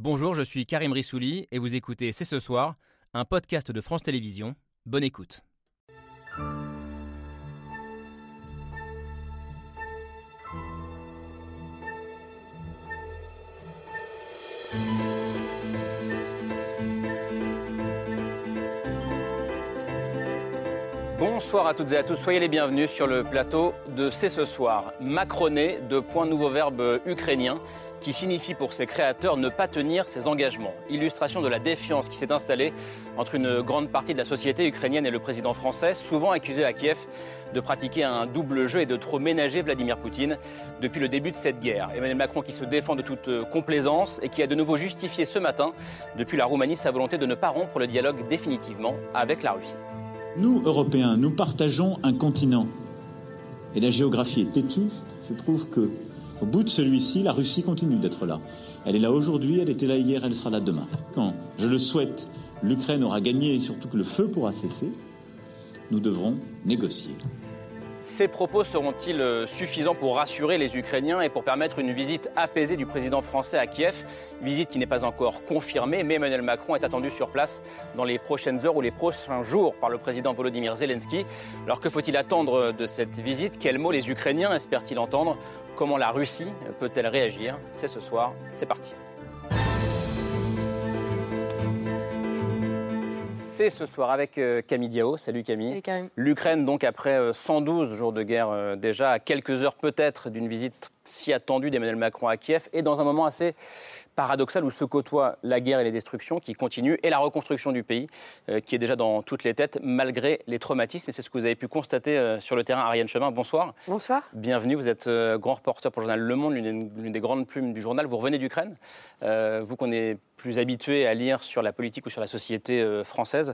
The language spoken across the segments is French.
Bonjour, je suis Karim Rissouli et vous écoutez C'est ce soir, un podcast de France Télévisions. Bonne écoute. Bonsoir à toutes et à tous, soyez les bienvenus sur le plateau de C'est ce soir. Macroner, de point nouveau verbe ukrainien qui signifie pour ses créateurs ne pas tenir ses engagements. Illustration de la défiance qui s'est installée entre une grande partie de la société ukrainienne et le président français, souvent accusé à Kiev de pratiquer un double jeu et de trop ménager Vladimir Poutine depuis le début de cette guerre. Emmanuel Macron qui se défend de toute complaisance et qui a de nouveau justifié ce matin, depuis la Roumanie, sa volonté de ne pas rompre le dialogue définitivement avec la Russie. Nous, Européens, nous partageons un continent. Et la géographie est têtue. Il se trouve qu'au bout de celui-ci, la Russie continue d'être là. Elle est là aujourd'hui, elle était là hier, elle sera là demain. Quand, je le souhaite, l'Ukraine aura gagné et surtout que le feu pourra cesser, nous devrons négocier. Ces propos seront-ils suffisants pour rassurer les Ukrainiens et pour permettre une visite apaisée du président français à Kiev? Visite qui n'est pas encore confirmée, mais Emmanuel Macron est attendu sur place dans les prochaines heures ou les prochains jours par le président Volodymyr Zelensky. Alors que faut-il attendre de cette visite? Quels mots les Ukrainiens espèrent-ils entendre? Comment la Russie peut-elle réagir? C'est ce soir, c'est parti. C'est ce soir avec Camille Diao. Salut Camille. Salut Camille. L'Ukraine, donc après 112 jours de guerre déjà, à quelques heures peut-être d'une visite si attendue d'Emmanuel Macron à Kiev, et dans un moment assez paradoxal où se côtoient la guerre et les destructions qui continuent et la reconstruction du pays qui est déjà dans toutes les têtes malgré les traumatismes. Et c'est ce que vous avez pu constater sur le terrain. Ariane Chemin, bonsoir. Bonsoir. Bienvenue, vous êtes grand reporter pour le journal Le Monde, l'une des grandes plumes du journal. Vous revenez d'Ukraine, vous qu'on est plus habitué à lire sur la politique ou sur la société française.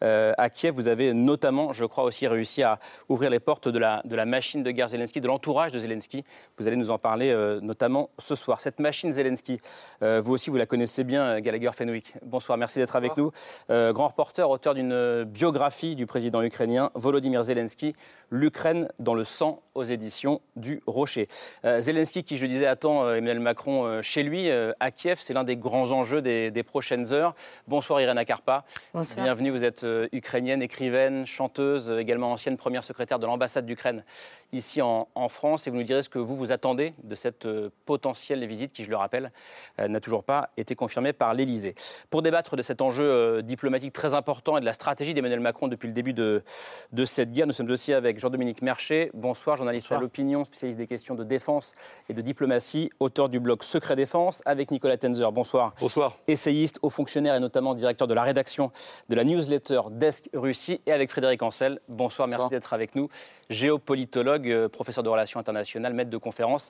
À Kiev, vous avez notamment, je crois, aussi réussi à ouvrir les portes de la machine de guerre Zelensky, de l'entourage de Zelensky. Vous allez nous en parler notamment ce soir. Cette machine Zelensky, vous aussi, vous la connaissez bien, Gallagher Fenwick. Bonsoir, merci d'être avec nous. Grand reporter, auteur d'une biographie du président ukrainien Volodymyr Zelensky, L'Ukraine dans le sang, aux éditions du Rocher. Zelensky, qui, je disais, attend Emmanuel Macron chez lui, à Kiev, c'est l'un des grands enjeux des prochaines heures. Bonsoir Irina Karpa. Bonsoir. Bienvenue, vous êtes ukrainienne, écrivaine, chanteuse, également ancienne première secrétaire de l'ambassade d'Ukraine ici en France. Et vous nous direz ce que vous attendez de cette potentielle visite qui, je le rappelle, n'a toujours pas été confirmée par l'Élysée. Pour débattre de cet enjeu diplomatique très important et de la stratégie d'Emmanuel Macron depuis le début de cette guerre, nous sommes aussi avec Jean-Dominique Merchet. Bonsoir, journaliste à l'Opinion, spécialiste des questions de défense et de diplomatie, auteur du blog Secret Défense, avec Nicolas Tenzer. Bonsoir. Bonsoir. Essayiste, haut fonctionnaire et notamment directeur de la rédaction de la newsletter Desk Russie, et avec Frédéric Ancel. Bonsoir, merci d'être avec nous. Géopolitologue, professeur de relations internationales, maître de conférence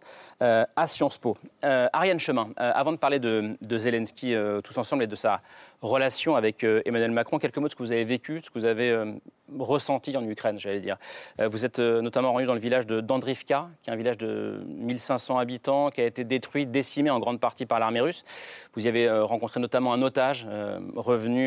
à Sciences Po. Ariane Chemin, avant de parler de Zelensky tous ensemble et de sa relation avec Emmanuel Macron, quelques mots de ce que vous avez vécu, ce que vous avez ressenti en Ukraine, j'allais dire. Vous êtes notamment rendu dans le village d'Andrivka, qui est un village de 1500 habitants, qui a été détruit, décimé en grande partie par l'armée russe. Vous y avez rencontré notamment un otage revenu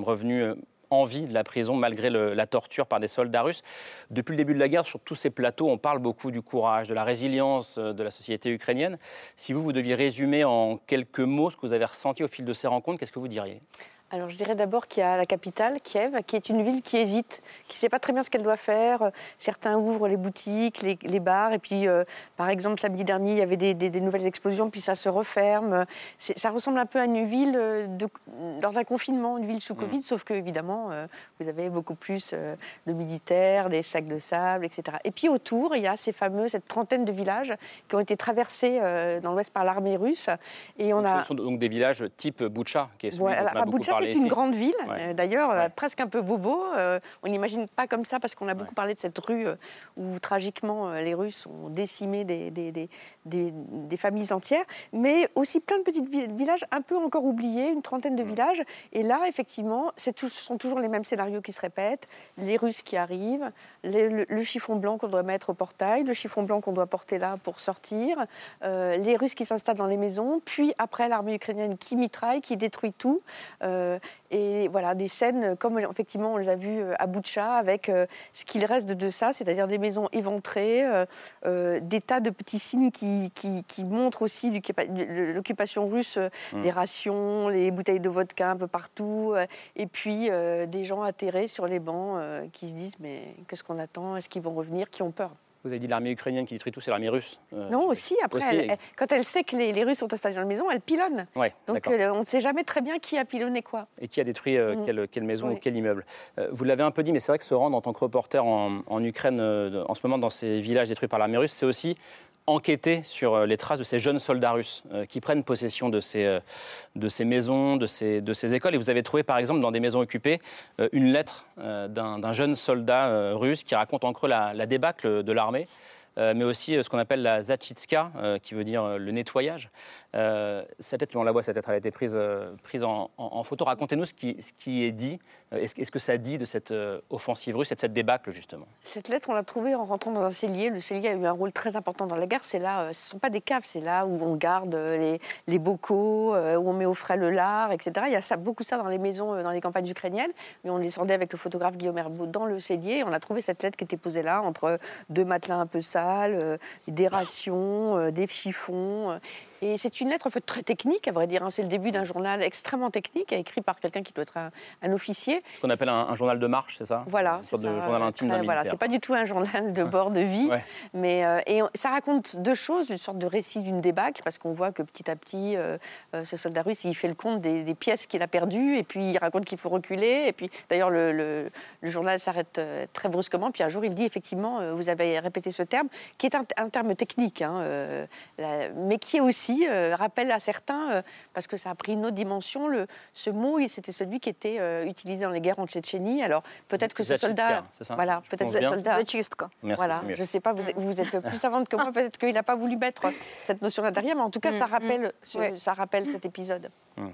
en vie de la prison malgré la torture par des soldats russes. Depuis le début de la guerre, sur tous ces plateaux, on parle beaucoup du courage, de la résilience de la société ukrainienne. Si vous deviez résumer en quelques mots ce que vous avez ressenti au fil de ces rencontres, qu'est-ce que vous diriez ? Alors je dirais d'abord qu'il y a la capitale, Kiev, qui est une ville qui hésite, qui ne sait pas très bien ce qu'elle doit faire. Certains ouvrent les boutiques, les bars, et puis par exemple samedi dernier il y avait des nouvelles explosions, puis ça se referme. Ça ressemble un peu à une ville dans un confinement, une ville sous Covid, sauf que évidemment vous avez beaucoup plus de militaires, des sacs de sable, etc. Et puis autour il y a cette trentaine de villages qui ont été traversés dans l'ouest par l'armée russe. Et ce sont donc des villages type Boutcha, qui est celui dont on a beaucoup parlé. C'est une grande ville, d'ailleurs, Ouais. presque un peu bobo. On n'imagine pas comme ça, parce qu'on a beaucoup parlé de cette rue où, tragiquement, les Russes ont décimé des familles entières, mais aussi plein de petits villages un peu encore oubliés, une trentaine de villages. Et là, effectivement, ce sont toujours les mêmes scénarios qui se répètent. Les Russes qui arrivent, le chiffon blanc qu'on doit mettre au portail, le chiffon blanc qu'on doit porter là pour sortir, les Russes qui s'installent dans les maisons, puis après l'armée ukrainienne qui mitraille, qui détruit tout. Et voilà, des scènes comme effectivement on les a vues à Boutcha, avec ce qu'il reste de ça, c'est-à-dire des maisons éventrées, des tas de petits signes qui montrent aussi l'occupation russe, des rations, les bouteilles de vodka un peu partout, et puis des gens atterrés sur les bancs qui se disent mais qu'est-ce qu'on attend, est-ce qu'ils vont revenir, qui ont peur. Vous avez dit l'armée ukrainienne qui détruit tout, c'est l'armée russe. Non, aussi, après, quand elle sait que les Russes sont installés dans la maison, elle pilonne. Ouais, donc on ne sait jamais très bien qui a pilonné quoi. Et qui a détruit quelle maison ou quel immeuble. Vous l'avez un peu dit, mais c'est vrai que se rendre en tant que reporter en Ukraine, en ce moment, dans ces villages détruits par l'armée russe, c'est aussi enquêter sur les traces de ces jeunes soldats russes qui prennent possession de ces maisons, de ces écoles. Et vous avez trouvé, par exemple, dans des maisons occupées, une lettre d'un jeune soldat russe qui raconte en creux la débâcle de l'armée, mais aussi ce qu'on appelle la zachitska, qui veut dire le nettoyage. Cette lettre, on la voit, cette lettre, elle a été prise en photo. Racontez-nous ce qui est dit. Est-ce que ça dit de cette offensive russe et de cette débâcle, justement? Cette lettre, on l'a trouvée en rentrant dans un cellier. Le cellier a eu un rôle très important dans la guerre. C'est là, ce ne sont pas des caves, c'est là où on garde les bocaux, où on met au frais le lard, etc. Il y a beaucoup ça dans les maisons, dans les campagnes ukrainiennes. Mais on descendait avec le photographe Guillaume Herbeau dans le cellier. Et on a trouvé cette lettre qui était posée là, entre deux matelas un peu sales, des rations, des chiffons. Et c'est une lettre en fait très technique, à vrai dire. C'est le début d'un journal extrêmement technique, écrit par quelqu'un qui doit être un officier. Ce qu'on appelle un journal de marche, c'est ça? Voilà, c'est ça. Une sorte de journal intime d'un militaire. Voilà, c'est pas du tout un journal de bord de vie, mais et ça raconte deux choses, une sorte de récit d'une débâcle, parce qu'on voit que petit à petit, ce soldat russe, il fait le compte des pièces qu'il a perdues, et puis il raconte qu'il faut reculer. Et puis d'ailleurs, le journal s'arrête très brusquement. Puis un jour, il dit effectivement, vous avez répété ce terme, qui est un terme technique, mais qui est aussi rappelle à certains, parce que ça a pris une autre dimension, ce mot, c'était celui qui était utilisé dans les guerres en Tchétchénie. Alors peut-être que ce soldat, voilà, peut-être ce soldat, voilà, je ne sais pas, vous êtes plus savante que moi, peut-être qu'il n'a pas voulu mettre cette notion-là derrière, mais en tout cas, ça rappelle cet épisode.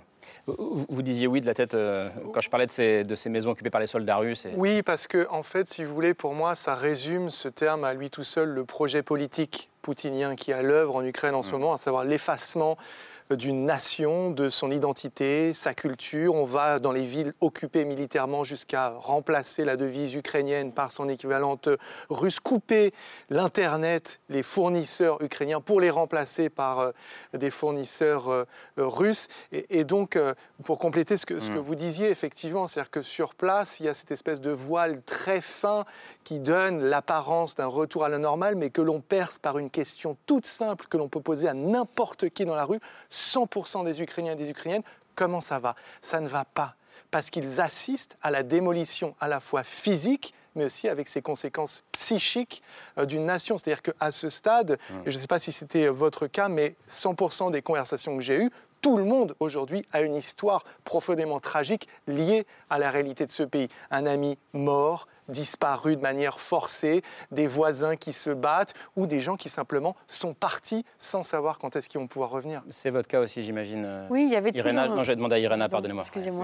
Vous disiez oui de la tête quand je parlais de ces maisons occupées par les soldats russes. Oui, parce que en fait, si vous voulez, pour moi, ça résume ce terme à lui tout seul, le projet politique poutinien qui est à l'œuvre en Ukraine en ce moment, à savoir l'effacement d'une nation, de son identité, sa culture. On va dans les villes occupées militairement jusqu'à remplacer la devise ukrainienne par son équivalente russe, couper l'Internet, les fournisseurs ukrainiens, pour les remplacer par des fournisseurs russes. Et donc, pour compléter ce que vous disiez, effectivement, c'est-à-dire que sur place, il y a cette espèce de voile très fin qui donne l'apparence d'un retour à la normale, mais que l'on perce par une question toute simple que l'on peut poser à n'importe qui dans la rue. 100% des Ukrainiens et des Ukrainiennes, comment ça va? Ça ne va pas, parce qu'ils assistent à la démolition à la fois physique, mais aussi avec ses conséquences psychiques d'une nation. C'est-à-dire qu'à ce stade, je ne sais pas si c'était votre cas, mais 100% des conversations que j'ai eues, tout le monde aujourd'hui a une histoire profondément tragique liée à la réalité de ce pays. Un ami mort, disparu de manière forcée, des voisins qui se battent ou des gens qui simplement sont partis sans savoir quand est-ce qu'ils vont pouvoir revenir. C'est votre cas aussi, j'imagine. Oui, il y avait Irena, non, j'ai demandé à Irena, pardonnez-moi. Excusez-moi.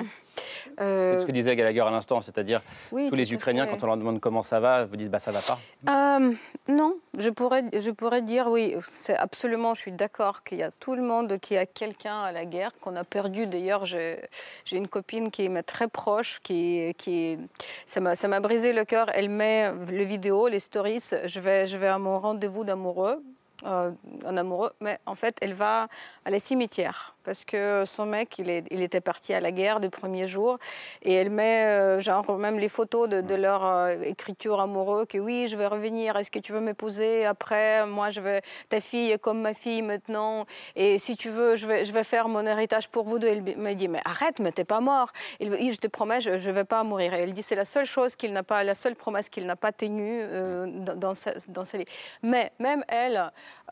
Ce que disait Gallagher à l'instant, c'est-à-dire tous les Ukrainiens, quand on leur demande comment ça va, vous disent ça va pas. Non, je pourrais dire oui, c'est absolument, je suis d'accord qu'il y a tout le monde qui a quelqu'un à la guerre, qu'on a perdu. D'ailleurs, j'ai une copine qui m'est très proche, ça m'a brisé le cœur. Elle met les vidéos, les stories. Je vais à mon rendez-vous d'amoureux. Un amoureux, mais en fait, elle va à la cimetière parce que son mec, il était parti à la guerre du premier jour et elle met même les photos de leur écriture amoureuse que oui, je vais revenir, est-ce que tu veux m'épouser après, moi ta fille est comme ma fille maintenant et si tu veux, je vais faire mon héritage pour vous deux. Elle me dit, mais arrête, mais t'es pas mort. Il dit, je te promets, je vais pas mourir. Et elle dit, c'est la seule chose la seule promesse qu'il n'a pas tenue dans sa vie. Mais même elle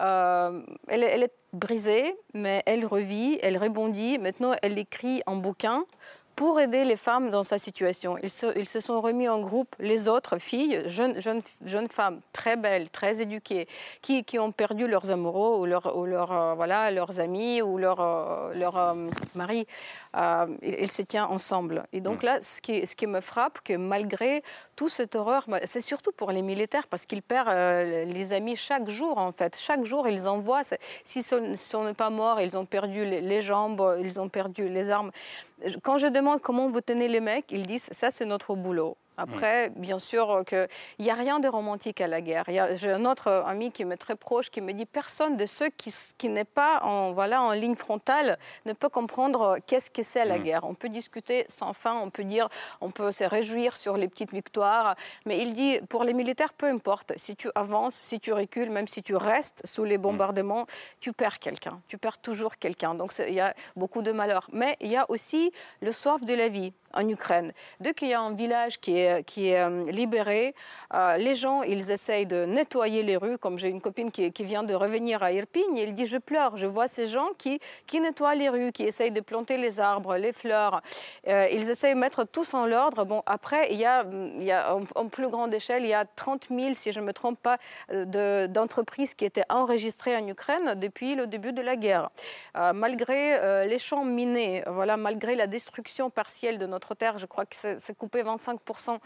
est brisée, mais elle revit, elle rebondit. Maintenant, elle écrit un bouquin pour aider les femmes dans sa situation. Ils se sont remis en groupe, les autres filles, jeunes femmes, très belles, très éduquées, qui ont perdu leurs amoureux ou leurs amis ou leur mari. Ils se tiennent ensemble. Et donc là, ce qui me frappe, que malgré toute cette horreur, c'est surtout pour les militaires, parce qu'ils perdent les amis chaque jour, en fait. Chaque jour, ils envoient. S'ils ne sont pas morts, ils ont perdu les jambes, ils ont perdu les armes. quand je demande comment vous tenez les mecs, ils disent ça c'est notre boulot. Après, bien sûr, il n'y a rien de romantique à la guerre. J'ai un autre ami qui m'est très proche qui me dit personne de ceux qui n'est pas en ligne frontale ne peut comprendre qu'est-ce que c'est la guerre. On peut discuter sans fin, on peut se réjouir sur les petites victoires, mais il dit pour les militaires, peu importe, si tu avances, si tu recules, même si tu restes sous les bombardements, tu perds quelqu'un, tu perds toujours quelqu'un. Donc il y a beaucoup de malheur. Mais il y a aussi le soif de la vie en Ukraine. Dès qu'il y a un village qui est libéré, les gens, ils essayent de nettoyer les rues. Comme j'ai une copine qui vient de revenir à Irpin, et elle dit, je pleure. Je vois ces gens qui nettoient les rues, qui essayent de planter les arbres, les fleurs. Ils essayent de mettre tous en ordre. Bon, après, il y a en plus grande échelle, il y a 30 000, si je ne me trompe pas, d'entreprises qui étaient enregistrées en Ukraine depuis le début de la guerre. Malgré les champs minés, malgré la destruction partielle de notre terre, je crois que c'est coupé 25%.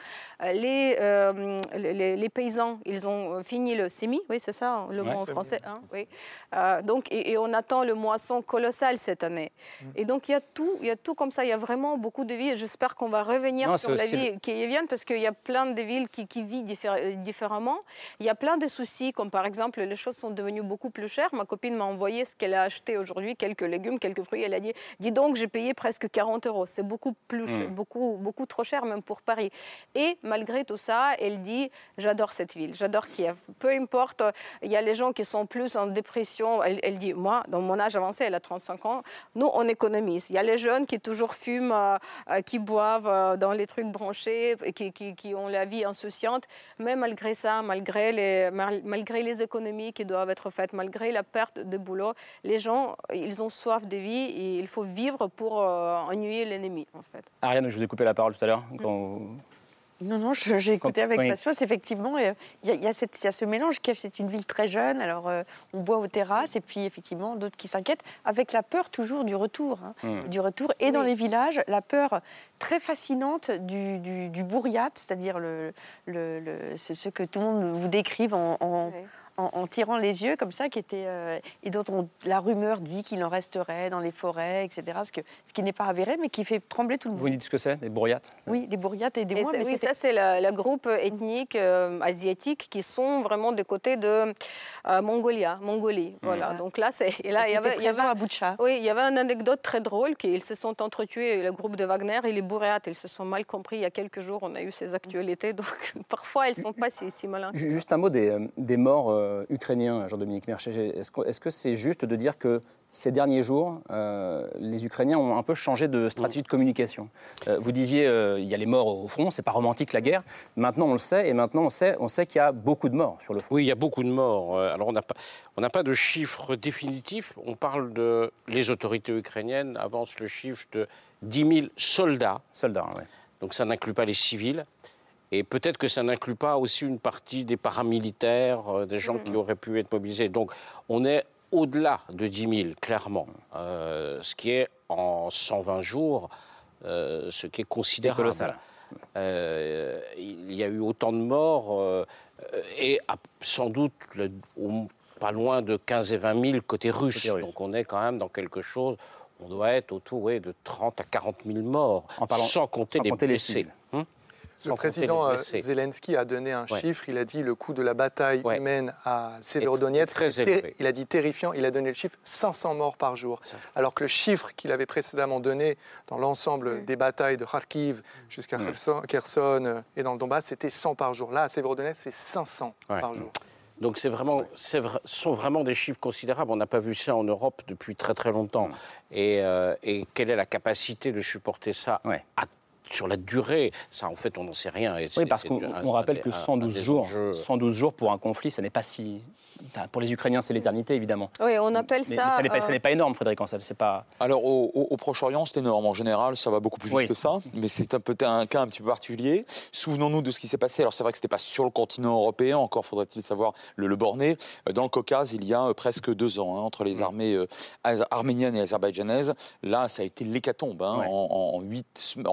Les paysans, ils ont fini le semis, oui, c'est ça le mot en français. Hein, oui. Donc, et on attend le moisson colossal cette année. Et donc, il y a tout comme ça. Il y a vraiment beaucoup de vies. J'espère qu'on va revenir sur la vie kievienne parce qu'il y a plein de villes qui vivent différemment. Il y a plein de soucis, comme par exemple, les choses sont devenues beaucoup plus chères. Ma copine m'a envoyé ce qu'elle a acheté aujourd'hui, quelques légumes, quelques fruits. Elle a dit, dis donc, j'ai payé presque 40 €. C'est beaucoup plus beaucoup trop cher, même pour Paris. Et malgré tout ça, elle dit, j'adore cette ville, j'adore Kiev. Peu importe, il y a les gens qui sont plus en dépression. Elle dit, moi, dans mon âge avancé, elle a 35 ans, nous, on économise. Il y a les jeunes qui toujours fument, qui boivent dans les trucs branchés, qui ont la vie insouciante. Mais malgré ça, malgré les économies qui doivent être faites, malgré la perte de boulot, les gens, ils ont soif de vie et il faut vivre pour ennuyer l'ennemi, en fait. Ariane, je vous ai coupé la parole tout à l'heure. Non, j'ai écouté avec patience. Effectivement, il y a ce mélange. Kiev, c'est une ville très jeune. Alors, on boit aux terrasses. Et puis, effectivement, d'autres qui s'inquiètent. Avec la peur toujours du retour. Du retour. Et dans les villages, la peur très fascinante du bourriat, c'est-à-dire ce que tout le monde vous décrive en tirant les yeux comme ça, et dont la rumeur dit qu'il en resterait dans les forêts, etc. Ce qui n'est pas avéré, mais qui fait trembler tout le monde. Vous dites ce que c'est, des bourriates? Oui, des bourriates et des mois. Oui, ça c'est le groupe ethnique asiatique qui sont vraiment du côté de Mongolie. Voilà. Donc là, il y avait à Boutcha. Oui, il y avait une anecdote très drôle qu'ils se sont entretués, le groupe de Wagner et les bourriates. Ils se sont mal compris. Il y a quelques jours, on a eu ces actualités, donc parfois elles sont pas si malins. Juste un mot des morts ukrainiens, Jean-Dominique Merchet. Est-ce que c'est juste de dire que ces derniers jours, les Ukrainiens ont un peu changé de stratégie de communication? Vous disiez, il y a les morts au front, c'est pas romantique la guerre. Maintenant, on le sait, et maintenant, on sait qu'il y a beaucoup de morts sur le front. Oui, il y a beaucoup de morts. Alors, on n'a pas de chiffre définitif. On parle les autorités ukrainiennes avancent le chiffre de 10 000 soldats. Oui. Donc, ça n'inclut pas les civils. Et peut-être que ça n'inclut pas aussi une partie des paramilitaires, des gens qui auraient pu être mobilisés. Donc, on est au-delà de 10 000, clairement. Ce qui est, en 120 jours, ce qui est considérable. C'est colossal. Il y a eu autant de morts, et sans doute pas loin de 15 et 20 000 côté russe. Donc, on est quand même dans quelque chose... On doit être autour de 30 à 40 000 morts, sans compter les blessés. Le président Zelensky a donné un chiffre, il a dit le coût de la bataille humaine à Sévérodonetsk, très élevé. Il a dit terrifiant, il a donné le chiffre 500 morts par jour. Alors que le chiffre qu'il avait précédemment donné dans l'ensemble des batailles de Kharkiv jusqu'à Kherson et dans le Donbass, c'était 100 par jour. Là, à Sévérodonetsk, c'est 500 par jour. Donc ce sont vraiment des chiffres considérables. On n'a pas vu ça en Europe depuis très très longtemps. Et quelle est la capacité de supporter ça sur la durée? Ça, en fait, on n'en sait rien. Oui, parce qu'on rappelle que 112 jours pour un conflit, ça n'est pas si... Pour les Ukrainiens, c'est l'éternité, évidemment. Oui, on appelle ça... Mais ça n'est pas énorme, Frédéric Ancel, c'est pas... Alors, au Proche-Orient, c'est énorme. En général, ça va beaucoup plus vite que ça. Mais c'est peut-être un cas un petit peu particulier. Souvenons-nous de ce qui s'est passé. Alors, c'est vrai que ce n'était pas sur le continent européen. Encore faudrait-il savoir le borner. Dans le Caucase, il y a presque 2 ans, entre les armées arméniennes et azerbaïdjanaises. Là, ça a été l'hécatombe. Entre 8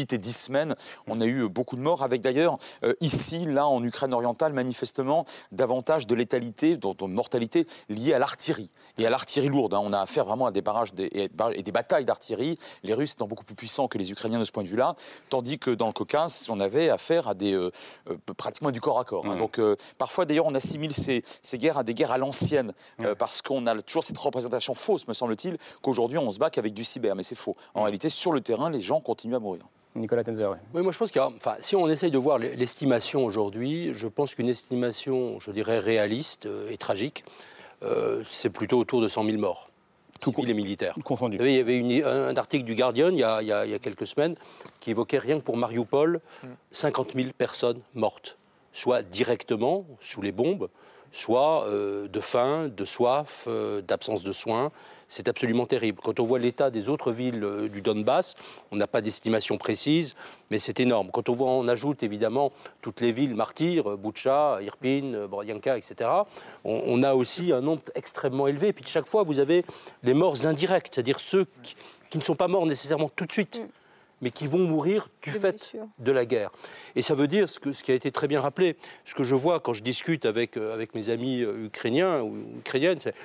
8 et 10 semaines, on a eu beaucoup de morts, avec d'ailleurs, ici, là, en Ukraine orientale, manifestement, davantage de létalité, de mortalité liée à l'artillerie. Et à l'artillerie lourde. On a affaire vraiment à des barrages et des batailles d'artillerie. Les Russes étant beaucoup plus puissants que les Ukrainiens de ce point de vue-là, tandis que dans le Caucase, on avait affaire à pratiquement du corps à corps. Donc parfois, d'ailleurs, on assimile ces guerres à des guerres à l'ancienne, parce qu'on a toujours cette représentation fausse, me semble-t-il, qu'aujourd'hui, on se bat qu'avec du cyber. Mais c'est faux. En réalité, sur le terrain, les gens continuent à mourir. Nicolas Tenzer, oui. Oui, moi je pense si on essaye de voir l'estimation aujourd'hui, je pense qu'une estimation, je dirais, réaliste et tragique, c'est plutôt autour de 100 000 morts, civils et militaires. Confondu. Vous savez, il y avait un article du Guardian il y a quelques semaines qui évoquait rien que pour Mariupol 50 000 personnes mortes, soit directement sous les bombes, soit de faim, de soif, d'absence de soins. C'est absolument terrible. Quand on voit l'état des autres villes du Donbass, on n'a pas d'estimation précise, mais c'est énorme. Quand on ajoute évidemment toutes les villes martyres, Boutcha, Irpin, Boryanka, etc., on a aussi un nombre extrêmement élevé. Et puis chaque fois, vous avez les morts indirects, c'est-à-dire ceux qui ne sont pas morts nécessairement tout de suite, mais qui vont mourir du fait de la guerre. Et ça veut dire, ce qui a été très bien rappelé, ce que je vois quand je discute avec mes amis ukrainiens ou ukrainiennes, c'est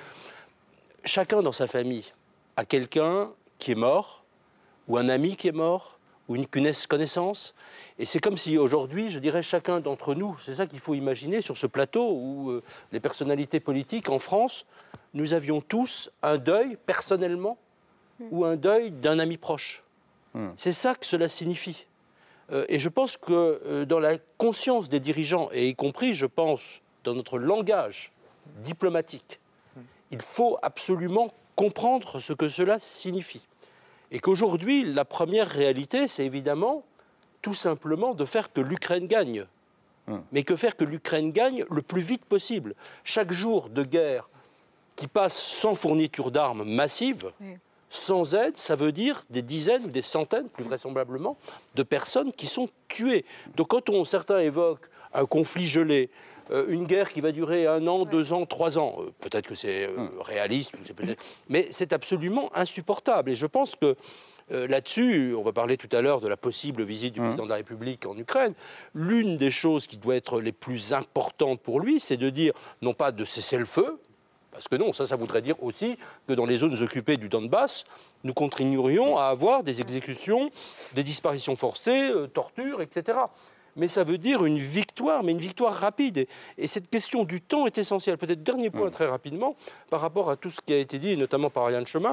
chacun dans sa famille a quelqu'un qui est mort, ou un ami qui est mort, ou une connaissance. Et c'est comme si aujourd'hui, je dirais, chacun d'entre nous, c'est ça qu'il faut imaginer sur ce plateau où les personnalités politiques en France, nous avions tous un deuil personnellement, ou un deuil d'un ami proche. C'est ça que cela signifie. Et je pense que dans la conscience des dirigeants, et y compris, je pense, dans notre langage diplomatique, il faut absolument comprendre ce que cela signifie. Et qu'aujourd'hui, la première réalité, c'est évidemment tout simplement de faire que l'Ukraine gagne. Mais que faire que l'Ukraine gagne le plus vite possible. Chaque jour de guerre qui passe sans fourniture d'armes massive, sans aide, ça veut dire des dizaines ou des centaines, plus vraisemblablement, de personnes qui sont tuées. Donc quand certains évoquent un conflit gelé, une guerre qui va durer 1 an, 2 ans, 3 ans, peut-être que c'est réaliste, mais c'est absolument insupportable. Et je pense que là-dessus, on va parler tout à l'heure de la possible visite du président de la République en Ukraine, l'une des choses qui doit être les plus importantes pour lui, c'est de dire, non pas de cesser le feu, parce que non, ça voudrait dire aussi que dans les zones occupées du Donbass, nous continuerions à avoir des exécutions, des disparitions forcées, tortures, etc. Mais ça veut dire une victoire, mais une victoire rapide. Et cette question du temps est essentielle. Peut-être dernier point très rapidement, par rapport à tout ce qui a été dit, notamment par Ariane Chemin.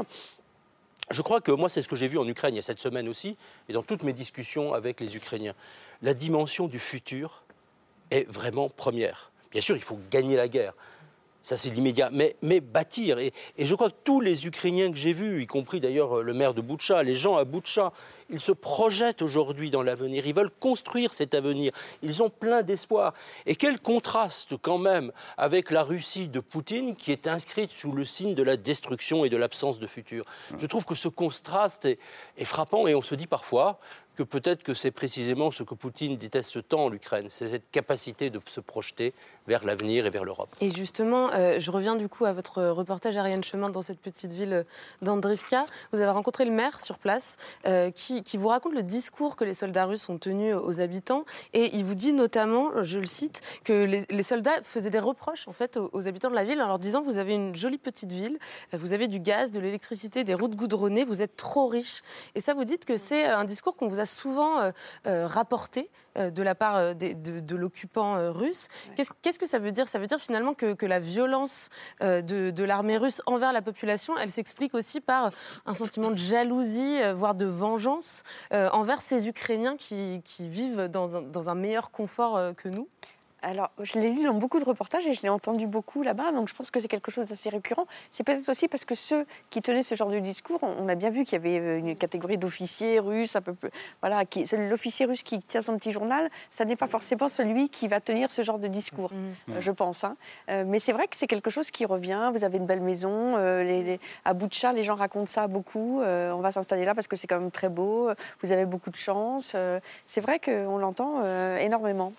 Je crois que moi, c'est ce que j'ai vu en Ukraine il y a cette semaine aussi, et dans toutes mes discussions avec les Ukrainiens. La dimension du futur est vraiment première. Bien sûr, il faut gagner la guerre. Ça, c'est l'immédiat. Mais bâtir. Et je crois que tous les Ukrainiens que j'ai vus, y compris d'ailleurs le maire de Boutcha, les gens à Boutcha, ils se projettent aujourd'hui dans l'avenir. Ils veulent construire cet avenir. Ils ont plein d'espoir. Et quel contraste quand même avec la Russie de Poutine qui est inscrite sous le signe de la destruction et de l'absence de futur. Je trouve que ce contraste est frappant et on se dit parfois que peut-être que c'est précisément ce que Poutine déteste tant en Ukraine, c'est cette capacité de se projeter vers l'avenir et vers l'Europe. Et justement, je reviens du coup à votre reportage Ariane Chemin dans cette petite ville d'Andrivka. Vous avez rencontré le maire sur place qui vous raconte le discours que les soldats russes ont tenu aux habitants et il vous dit notamment, je le cite, que les soldats faisaient des reproches en fait aux habitants de la ville en leur disant vous avez une jolie petite ville, vous avez du gaz, de l'électricité, des routes goudronnées, vous êtes trop riches. Et ça vous dites que c'est un discours qu'on vous a souvent rapporté de la part de l'occupant russe. Qu'est-ce que ça veut dire ? Ça veut dire finalement que la violence de l'armée russe envers la population, elle s'explique aussi par un sentiment de jalousie, voire de vengeance envers ces Ukrainiens qui vivent dans un meilleur confort que nous. Alors, je l'ai lu dans beaucoup de reportages et je l'ai entendu beaucoup là-bas, donc je pense que c'est quelque chose d'assez récurrent. C'est peut-être aussi parce que ceux qui tenaient ce genre de discours, on a bien vu qu'il y avait une catégorie d'officiers russes, un peu plus, voilà, l'officier russe qui tient son petit journal, ça n'est pas forcément celui qui va tenir ce genre de discours, je pense. Mais c'est vrai que c'est quelque chose qui revient. Vous avez une belle maison, à Boutcha, les gens racontent ça beaucoup. On va s'installer là parce que c'est quand même très beau. Vous avez beaucoup de chance. C'est vrai qu'on l'entend énormément.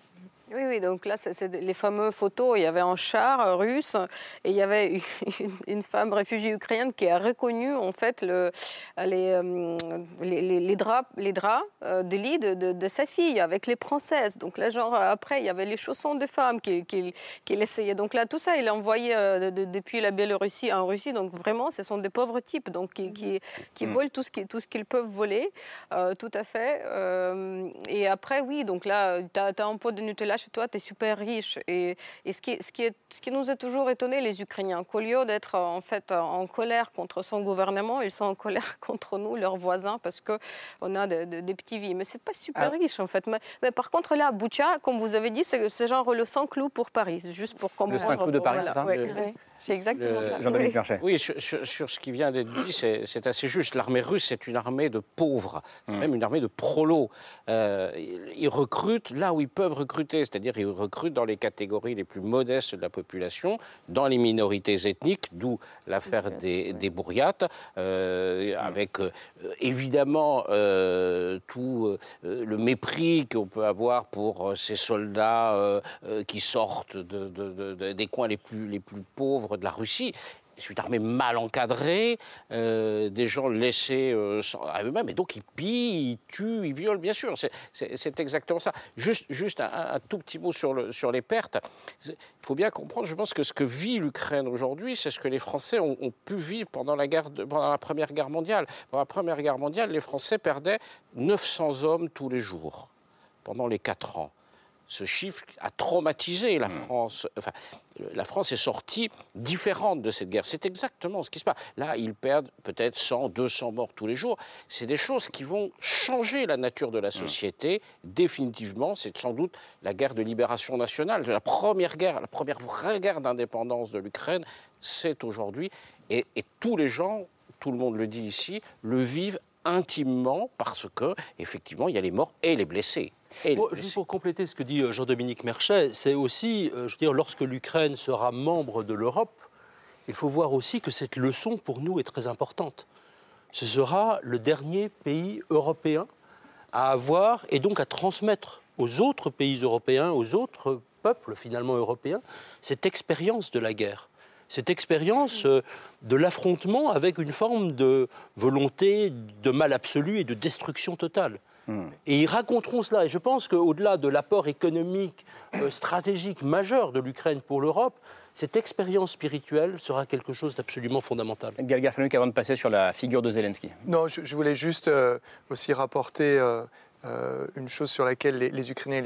Oui, donc là, c'est les fameuses photos. Il y avait un char russe et il y avait une femme réfugiée ukrainienne qui a reconnu en fait les draps de lit de sa fille avec les princesses. Donc là, genre, après, il y avait les chaussons de femmes qu'il essayait. Donc là, tout ça, il a envoyé depuis la Biélorussie en Russie. Donc vraiment, ce sont des pauvres types donc, qui volent tout ce qu'ils peuvent voler. Tout à fait. Et après, oui, donc là, tu as un pot de Nutella chez toi, tu es super riche. Et ce qui nous a toujours étonné, les Ukrainiens, qu'au lieu d'être en fait en colère contre son gouvernement, ils sont en colère contre nous, leurs voisins, parce qu'on a des petits vies. Mais c'est pas super riche, en fait. Mais par contre, là, Boutcha, comme vous avez dit, c'est genre le Saint-Cloud pour Paris, juste pour comprendre. Le Saint-Cloud de Paris, voilà. c'est ça C'est exactement ça. Jean-Dominique Merchet. Oui, sur ce qui vient d'être dit, c'est assez juste. L'armée russe, c'est une armée de pauvres. C'est même une armée de prolos. Ils recrutent là où ils peuvent recruter, c'est-à-dire ils recrutent dans les catégories les plus modestes de la population, dans les minorités ethniques, d'où l'affaire des bourriates, avec évidemment tout le mépris qu'on peut avoir pour ces soldats qui sortent des coins les plus pauvres de la Russie. C'est une armée mal encadrée, des gens laissés à eux-mêmes, et donc ils pillent, ils tuent, ils violent, bien sûr, c'est exactement ça. Juste un tout petit mot sur les pertes. Il faut bien comprendre, je pense que ce que vit l'Ukraine aujourd'hui, c'est ce que les Français ont pu vivre pendant la Première Guerre mondiale. Pendant la Première Guerre mondiale, les Français perdaient 900 hommes tous les jours, pendant les 4 ans. Ce chiffre a traumatisé la France. Enfin, la France est sortie différente de cette guerre. C'est exactement ce qui se passe. Là, ils perdent peut-être 100, 200 morts tous les jours. C'est des choses qui vont changer la nature de la société. Définitivement, c'est sans doute la guerre de libération nationale. La première vraie guerre d'indépendance de l'Ukraine, c'est aujourd'hui. Et tous les gens, tout le monde le dit ici, le vivent intimement parce que, effectivement, il y a les morts et les blessés. Juste pour compléter ce que dit Jean-Dominique Merchet, c'est aussi, je veux dire, lorsque l'Ukraine sera membre de l'Europe, il faut voir aussi que cette leçon pour nous est très importante. Ce sera le dernier pays européen à avoir et donc à transmettre aux autres pays européens, aux autres peuples finalement européens, cette expérience de la guerre. Cette expérience de l'affrontement avec une forme de volonté de mal absolu et de destruction totale. Et ils raconteront cela. Et je pense qu'au-delà de l'apport économique, stratégique majeur de l'Ukraine pour l'Europe, cette expérience spirituelle sera quelque chose d'absolument fondamental. Gaël Garfalonic, avant de passer sur la figure de Zelensky. Non, je voulais juste aussi rapporter une chose sur laquelle les Ukrainiens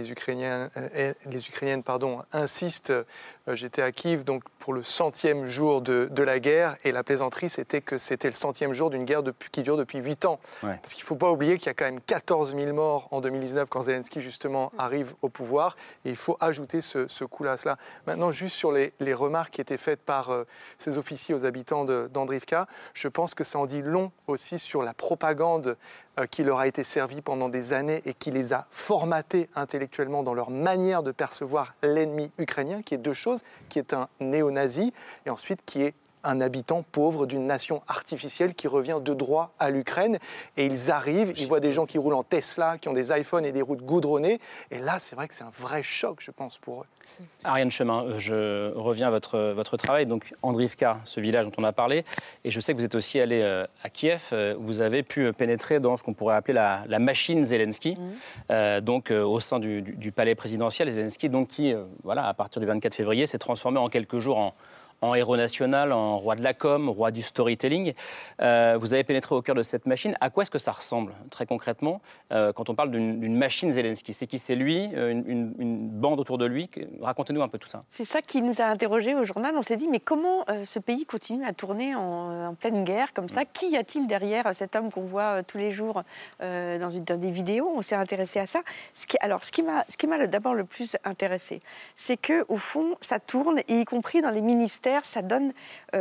et les Ukrainiennes insistent. J'étais à Kiev donc, pour le 100e jour de la guerre, et la plaisanterie, c'était que c'était le 100e jour d'une guerre qui dure depuis 8 ans. Ouais. Parce qu'il ne faut pas oublier qu'il y a quand même 14 000 morts en 2019 quand Zelensky, justement, arrive au pouvoir. Et il faut ajouter ce coup-là à cela. Maintenant, juste sur les remarques qui étaient faites par ces officiers aux habitants d'Andrivka, je pense que ça en dit long aussi sur la propagande qui leur a été servie pendant des années et qui les a formatés intellectuellement dans leur manière de percevoir l'ennemi ukrainien, qui est deux choses, qui est un néo-nazi et ensuite qui est un habitant pauvre d'une nation artificielle qui revient de droit à l'Ukraine. Et ils arrivent, ils voient des gens qui roulent en Tesla, qui ont des iPhones et des routes goudronnées. Et là, c'est vrai que c'est un vrai choc, je pense, pour eux. Ariane Chemin, je reviens à votre travail. Donc, Andrivka, ce village dont on a parlé. Et je sais que vous êtes aussi allé à Kiev. Vous avez pu pénétrer dans ce qu'on pourrait appeler la machine Zelensky, donc au sein du palais présidentiel. Zelensky, donc, qui, à partir du 24 février, s'est transformé en quelques jours en héros national, en roi de la com, roi du storytelling. Vous avez pénétré au cœur de cette machine. À quoi est-ce que ça ressemble, très concrètement, quand on parle d'une machine Zelensky? C'est qui? C'est lui, une bande autour de lui? Racontez-nous un peu tout ça. C'est ça qui nous a interrogés au journal. On s'est dit, mais comment ce pays continue à tourner en pleine guerre comme ça? Qui y a-t-il derrière cet homme qu'on voit tous les jours dans des vidéos? On s'est intéressé à ça. Ce qui m'a d'abord le plus intéressé, c'est qu'au fond, ça tourne, et y compris dans les ministères, ça donne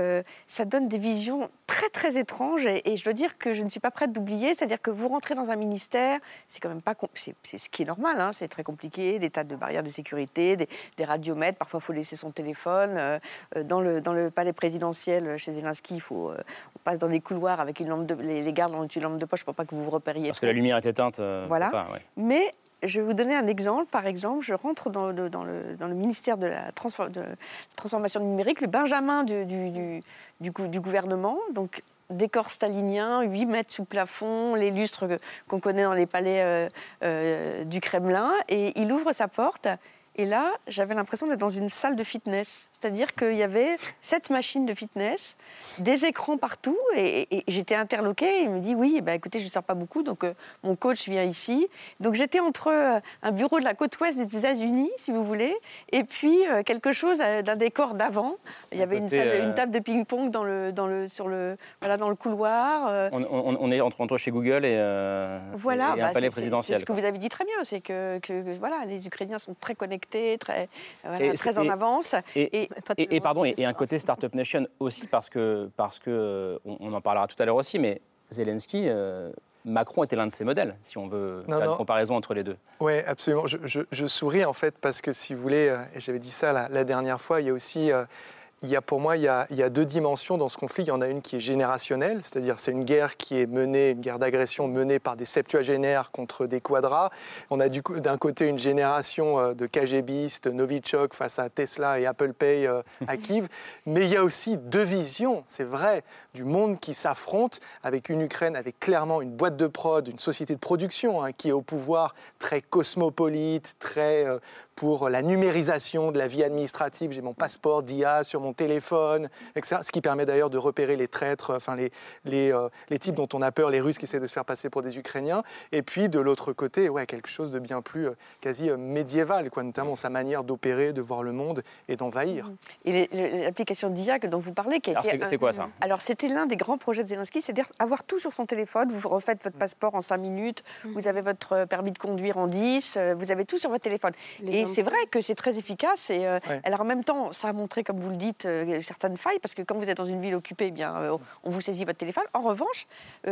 des visions très très étranges, et je dois dire que je ne suis pas prête d'oublier, c'est-à-dire que vous rentrez dans un ministère, c'est quand même pas c'est ce qui est normal, hein, c'est très compliqué, des tas de barrières de sécurité, des radiomètres, parfois il faut laisser son téléphone, dans le palais présidentiel chez Zelensky, on passe dans des couloirs avec une lampe les gardes ont une lampe de poche pour pas que vous vous repériez. Parce que la lumière est éteinte. Voilà. Mais je vais vous donner un exemple. Par exemple, je rentre dans le ministère de la transformation numérique, le Benjamin du gouvernement. Donc, décor stalinien, 8 mètres sous plafond, les lustres qu'on connaît dans les palais du Kremlin. Et il ouvre sa porte. Et là, j'avais l'impression d'être dans une salle de fitness. C'est-à-dire qu'il y avait 7 machines de fitness, des écrans partout, et j'étais interloquée. Il me dit, oui, écoutez, je ne sors pas beaucoup, donc mon coach vient ici. Donc j'étais entre un bureau de la côte ouest des États-Unis, si vous voulez, et puis quelque chose d'un décor d'avant. Il y avait une table de ping-pong dans le couloir. On est entre chez Google et un palais présidentiel. C'est ce que vous avez dit très bien, c'est que voilà, les Ukrainiens sont très connectés, très en avance. Et un côté Startup Nation aussi, parce que on en parlera tout à l'heure aussi, mais Zelensky, Macron était l'un de ses modèles, si on veut faire une comparaison entre les deux. Oui, absolument. Je souris en fait, parce que si vous voulez, et j'avais dit ça la dernière fois, il y a aussi... Pour moi, il y a 2 dimensions dans ce conflit. Il y en a une qui est générationnelle, c'est-à-dire c'est une guerre qui est menée, une guerre d'agression menée par des septuagénaires contre des quadras. On a d'un côté une génération de KGBistes, Novichok face à Tesla et Apple Pay à Kiev. Mais il y a aussi 2 visions, c'est vrai, du monde qui s'affrontent, avec une Ukraine, avec clairement une boîte de prod, une société de production qui est au pouvoir, très cosmopolite, très... pour la numérisation de la vie administrative. J'ai mon passeport d'IA sur mon téléphone, etc. Ce qui permet d'ailleurs de repérer les traîtres, enfin les types dont on a peur, les Russes qui essaient de se faire passer pour des Ukrainiens. Et puis de l'autre côté, quelque chose de bien plus quasi médiéval, notamment sa manière d'opérer, de voir le monde et d'envahir. Et l'application d'IA dont vous parlez... c'est quoi ça ? Alors c'était l'un des grands projets de Zelensky, c'est-à-dire avoir tout sur son téléphone. Vous refaites votre passeport en 5 minutes, vous avez votre permis de conduire en 10, vous avez tout sur votre téléphone. Et c'est vrai que c'est très efficace. Et alors en même temps, ça a montré, comme vous le dites, certaines failles, parce que quand vous êtes dans une ville occupée, on vous saisit votre téléphone. En revanche,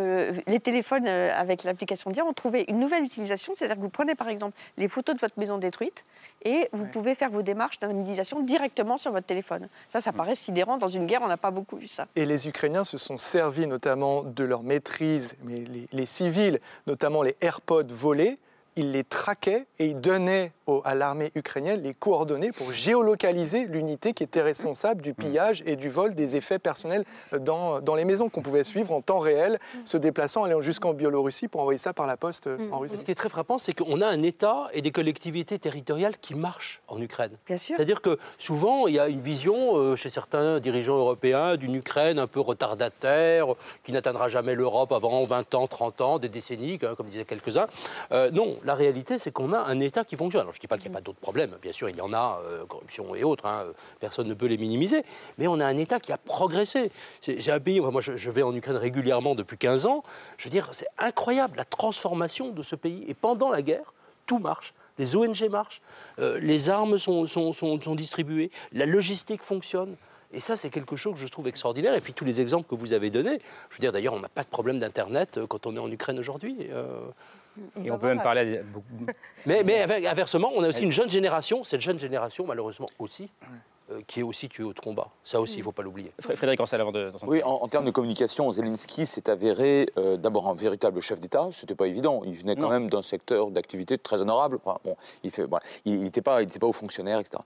les téléphones avec l'application d'IA ont trouvé une nouvelle utilisation, c'est-à-dire que vous prenez par exemple les photos de votre maison détruite et vous pouvez faire vos démarches d'indemnisation directement sur votre téléphone. Ça paraît sidérant. Dans une guerre, on n'a pas beaucoup vu ça. Et les Ukrainiens se sont servis notamment de leur maîtrise, mais les civils, notamment les AirPods volés, ils les traquaient et ils donnaient à l'armée ukrainienne les coordonnées pour géolocaliser l'unité qui était responsable du pillage et du vol des effets personnels dans les maisons, qu'on pouvait suivre en temps réel, se déplaçant, allant jusqu'en Biélorussie pour envoyer ça par la poste en Russie. Ce qui est très frappant, c'est qu'on a un État et des collectivités territoriales qui marchent en Ukraine. Bien sûr. C'est-à-dire que souvent, il y a une vision chez certains dirigeants européens d'une Ukraine un peu retardataire, qui n'atteindra jamais l'Europe avant 20 ans, 30 ans, des décennies, comme disaient quelques-uns. Non, la réalité, c'est qu'on a un État qui fonctionne. Alors, je ne dis pas qu'il n'y a pas d'autres problèmes, bien sûr, il y en a, corruption et autres, personne ne peut les minimiser, mais on a un État qui a progressé. C'est un pays, moi je vais en Ukraine régulièrement depuis 15 ans, je veux dire, c'est incroyable la transformation de ce pays. Et pendant la guerre, tout marche. Les ONG marchent, les armes sont distribuées, la logistique fonctionne. Et ça, c'est quelque chose que je trouve extraordinaire. Et puis tous les exemples que vous avez donnés, je veux dire, d'ailleurs, on n'a pas de problème d'Internet quand on est en Ukraine aujourd'hui. Et on peut même parler... Mais inversement, on a aussi une jeune génération, cette jeune génération, malheureusement aussi, qui est aussi tuée au combat. Ça aussi, il ne faut pas l'oublier. Frédéric Ancel, avant de... Oui, en termes de communication, Zelensky s'est avéré d'abord un véritable chef d'État. Ce n'était pas évident. Il venait quand même d'un secteur d'activité très honorable. Enfin, bon, il n'était pas haut fonctionnaire, etc.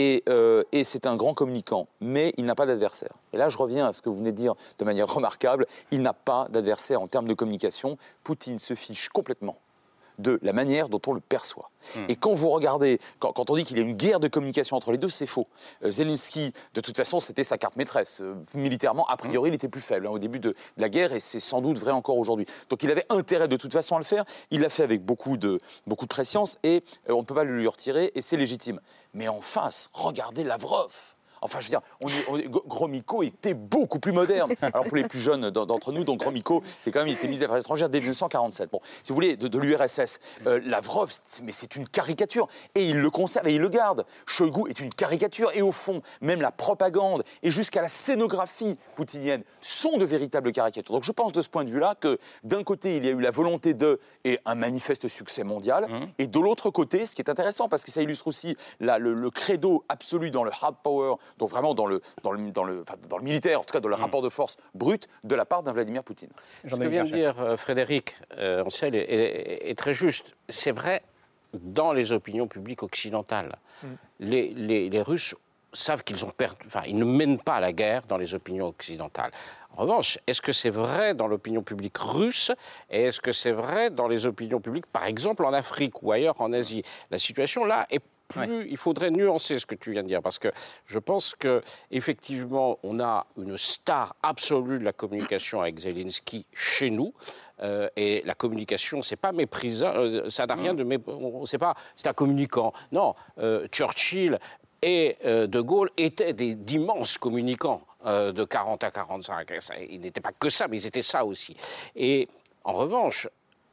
Et c'est un grand communicant, mais il n'a pas d'adversaire. Et là, je reviens à ce que vous venez de dire de manière remarquable. Il n'a pas d'adversaire en termes de communication. Poutine se fiche complètement de la manière dont on le perçoit. Et quand vous regardez, quand on dit qu'il y a une guerre de communication entre les deux, c'est faux. Zelensky, de toute façon, c'était sa carte maîtresse. Militairement, a priori, il était plus faible au début de la guerre, et c'est sans doute vrai encore aujourd'hui. Donc il avait intérêt de toute façon à le faire. Il l'a fait avec beaucoup de prescience, et on ne peut pas le lui retirer, et c'est légitime. Mais en face, regardez Lavrov. Enfin, je veux dire, Gromyko était beaucoup plus moderne. Alors, pour les plus jeunes d'entre nous, donc Gromyko, il était ministre des Affaires étrangères dès 1947. Bon, si vous voulez, de l'URSS. Lavrov, mais c'est une caricature. Et il le conserve et il le garde. Shoigu est une caricature. Et au fond, même la propagande et jusqu'à la scénographie poutinienne sont de véritables caricatures. Donc, je pense de ce point de vue-là que, d'un côté, il y a eu la volonté et un manifeste succès mondial. Et de l'autre côté, ce qui est intéressant, parce que ça illustre aussi le credo absolu dans le hard power, donc vraiment dans le militaire, en tout cas dans le rapport de force brut, de la part d'un Vladimir Poutine. Ce que vient de dire Frédéric Ancel est très juste. C'est vrai, dans les opinions publiques occidentales. Les Russes savent qu'ils ont perdu, enfin, ils ne mènent pas la guerre dans les opinions occidentales. En revanche, est-ce que c'est vrai dans l'opinion publique russe et est-ce que c'est vrai dans les opinions publiques, par exemple en Afrique ou ailleurs en Asie? La situation là est plus, il faudrait nuancer ce que tu viens de dire, parce que je pense qu'effectivement, on a une star absolue de la communication avec Zelensky chez nous. Et la communication, c'est pas méprisant, ça n'a rien de c'est pas, c'est un communicant. Non, Churchill et De Gaulle étaient d'immenses communicants de 40 à 45. Ils n'étaient pas que ça, mais ils étaient ça aussi. Et en revanche,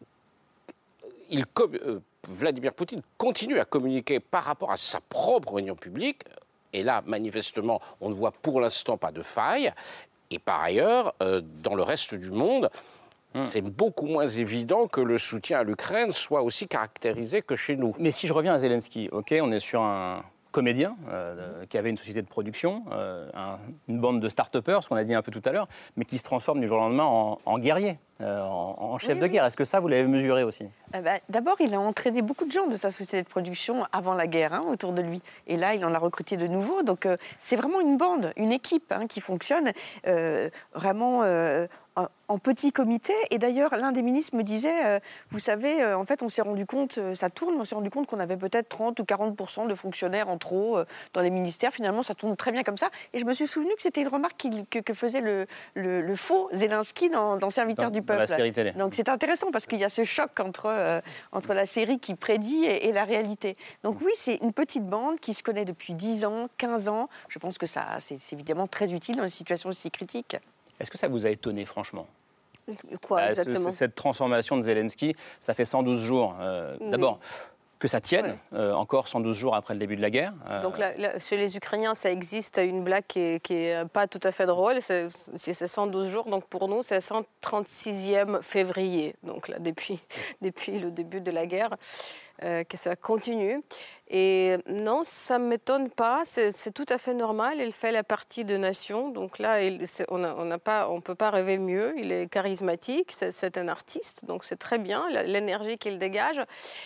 Vladimir Poutine continue à communiquer par rapport à sa propre opinion publique. Et là, manifestement, on ne voit pour l'instant pas de faille. Et par ailleurs, dans le reste du monde, c'est beaucoup moins évident que le soutien à l'Ukraine soit aussi caractérisé que chez nous. Mais si je reviens à Zelensky, on est sur un comédien qui avait une société de production, une bande de start-upers, ce qu'on a dit un peu tout à l'heure, mais qui se transforme du jour au lendemain en guerrier, en chef de guerre. Est-ce que ça, vous l'avez mesuré aussi? D'abord, il a entraîné beaucoup de gens de sa société de production avant la guerre autour de lui. Et là, il en a recruté de nouveaux. Donc, c'est vraiment une bande, une équipe qui fonctionne vraiment en petit comité. Et d'ailleurs, l'un des ministres me disait, vous savez, en fait, on s'est rendu compte, ça tourne, on s'est rendu compte qu'on avait peut-être 30 ou 40% de fonctionnaires en trop dans les ministères. Finalement, ça tourne très bien comme ça. Et je me suis souvenu que c'était une remarque que faisait le faux Zelensky dans Serviteur du peuple. Dans la série télé. Donc c'est intéressant parce qu'il y a ce choc entre la série qui prédit et la réalité. Donc oui, c'est une petite bande qui se connaît depuis 10 ans, 15 ans. Je pense que ça, c'est évidemment très utile dans des situations aussi critiques. Est-ce que ça vous a étonné, franchement? Quoi exactement? Cette transformation de Zelensky, ça fait 112 jours. D'abord, que ça tienne encore 112 jours après le début de la guerre. Donc là, chez les Ukrainiens, ça existe une blague qui est pas tout à fait drôle. C'est 112 jours, donc pour nous, c'est 136e février. Donc là, depuis le début de la guerre, que ça continue. Et non, ça ne m'étonne pas, c'est tout à fait normal, il fait la partie de nation, donc là, on ne peut pas rêver mieux, il est charismatique, c'est un artiste, donc c'est très bien, l'énergie qu'il dégage.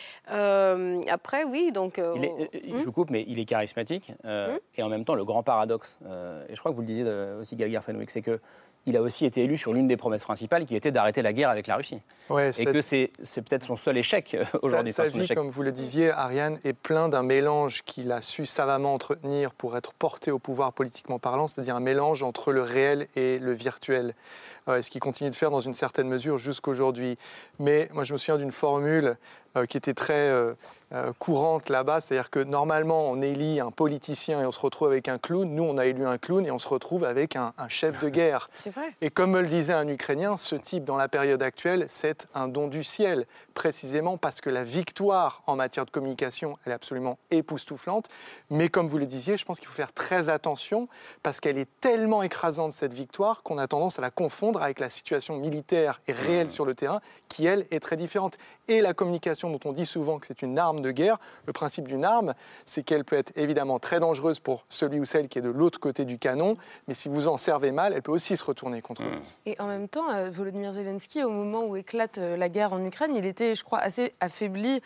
Après, oui, donc... je vous coupe, mais il est charismatique, et en même temps, le grand paradoxe, et je crois que vous le disiez aussi, Gaël Fenwick, c'est que il a aussi été élu sur l'une des promesses principales qui était d'arrêter la guerre avec la Russie. Et que c'est peut-être son seul échec aujourd'hui. Sa vie, comme vous le disiez, Ariane, est plein d'un mélange qu'il a su savamment entretenir pour être porté au pouvoir politiquement parlant, c'est-à-dire un mélange entre le réel et le virtuel. Ce qu'il continue de faire dans une certaine mesure jusqu'aujourd'hui. Mais moi, je me souviens d'une formule qui était très courante là-bas, c'est-à-dire que normalement, on élit un politicien et on se retrouve avec un clown. Nous, on a élu un clown et on se retrouve avec un chef de guerre. C'est vrai. Et comme me le disait un Ukrainien, ce type, dans la période actuelle, c'est un don du ciel, précisément parce que la victoire en matière de communication, elle est absolument époustouflante. Mais comme vous le disiez, je pense qu'il faut faire très attention parce qu'elle est tellement écrasante, cette victoire, qu'on a tendance à la confondre avec la situation militaire et réelle sur le terrain, qui, elle, est très différente. Et la communication, dont on dit souvent que c'est une arme de guerre, le principe d'une arme, c'est qu'elle peut être évidemment très dangereuse pour celui ou celle qui est de l'autre côté du canon, mais si vous en servez mal, elle peut aussi se retourner contre vous. Et en même temps, Volodymyr Zelensky, au moment où éclate la guerre en Ukraine, il était, je crois, assez affaibli.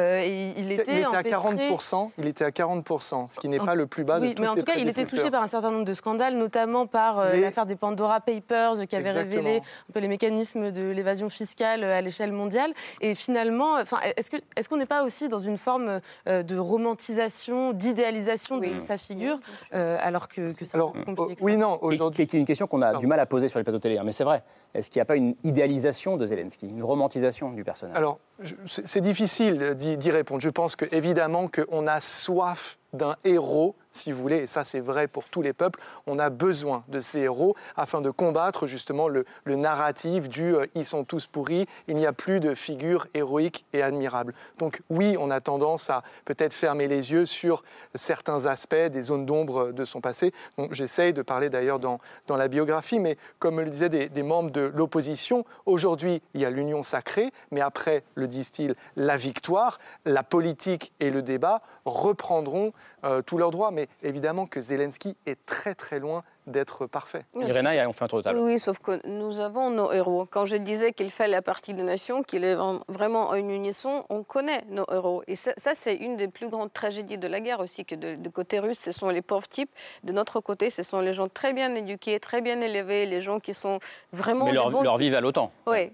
Et il était à 40%. Il était à 40%, ce qui n'est pas le plus bas de tous ses prédécesseurs. Mais en tout cas, il était touché par un certain nombre de scandales, notamment par l'affaire des Pandora Papers, qui avait révélé un peu les mécanismes de l'évasion fiscale à l'échelle mondiale. Et finalement, est-ce qu'on n'est pas aussi dans une forme de romantisation, d'idéalisation de sa figure, alors que c'est compliqué que ça? Oui, non, aujourd'hui... C'est une question qu'on a du mal à poser sur les plateaux télé, mais c'est vrai. Est-ce qu'il n'y a pas une idéalisation de Zelensky, une romantisation du personnage? Alors, c'est difficile d'y répondre. Je pense qu'évidemment qu'on a soif d'un héros, si vous voulez, et ça c'est vrai pour tous les peuples, on a besoin de ces héros afin de combattre justement le narratif du « ils sont tous pourris », il n'y a plus de figure héroïque et admirable. Donc oui, on a tendance à peut-être fermer les yeux sur certains aspects, des zones d'ombre de son passé. Donc j'essaye de parler d'ailleurs dans la biographie, mais comme me le disaient des membres de l'opposition, aujourd'hui il y a l'union sacrée, mais après, le disent-ils, la victoire, la politique et le débat reprendront tous leurs droits. Mais évidemment que Zelensky est très très loin d'être parfait. Irena, on fait un tour de table. Oui, sauf que nous avons nos héros. Quand je disais qu'il fait la partie des nations, qu'il est vraiment en unisson, on connaît nos héros. Et ça c'est une des plus grandes tragédies de la guerre aussi, que du côté russe, ce sont les pauvres types. De notre côté, ce sont les gens très bien éduqués, très bien élevés, les gens qui sont vraiment... Mais leur vie va à l'OTAN. Oui,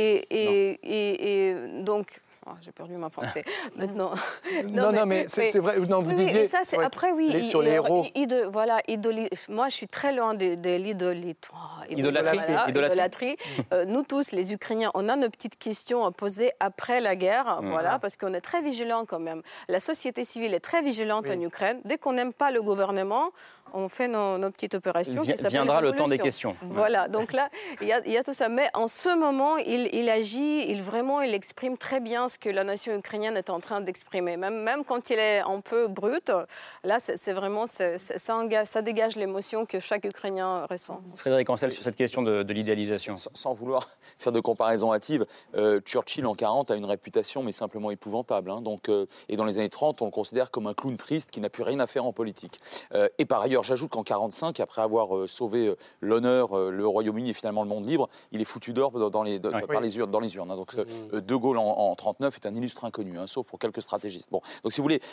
et donc... Oh, j'ai perdu ma pensée. Maintenant. Non, mais c'est vrai. Non, vous disiez. Et ça, c'est après, oui. Sur les héros. Voilà, moi, je suis très loin de l'idolâtrie. Nous tous, les Ukrainiens, on a nos petites questions à poser après la guerre, voilà, parce qu'on est très vigilants quand même. La société civile est très vigilante en Ukraine. Dès qu'on n'aime pas le gouvernement, on fait nos petites opérations. Viendra le temps des questions. Voilà, donc là, il y a tout ça. Mais en ce moment, il agit, il exprime très bien ce que la nation ukrainienne est en train d'exprimer. Même quand il est un peu brut, là, c'est vraiment, ça dégage l'émotion que chaque Ukrainien ressent. Frédéric Ancel, sur cette question de l'idéalisation. Sans vouloir faire de comparaison hâtive, Churchill en 40 a une réputation, mais simplement épouvantable. Hein. Donc, et dans les années 30, on le considère comme un clown triste qui n'a plus rien à faire en politique. Et par ailleurs, j'ajoute qu'en 45, après avoir sauvé l'honneur, le Royaume-Uni et finalement le monde libre, il est foutu d'or dans les urnes. Hein. Donc, De Gaulle en 39 est un illustre inconnu, hein, sauf pour quelques stratégistes. Bon, donc si vous voulez,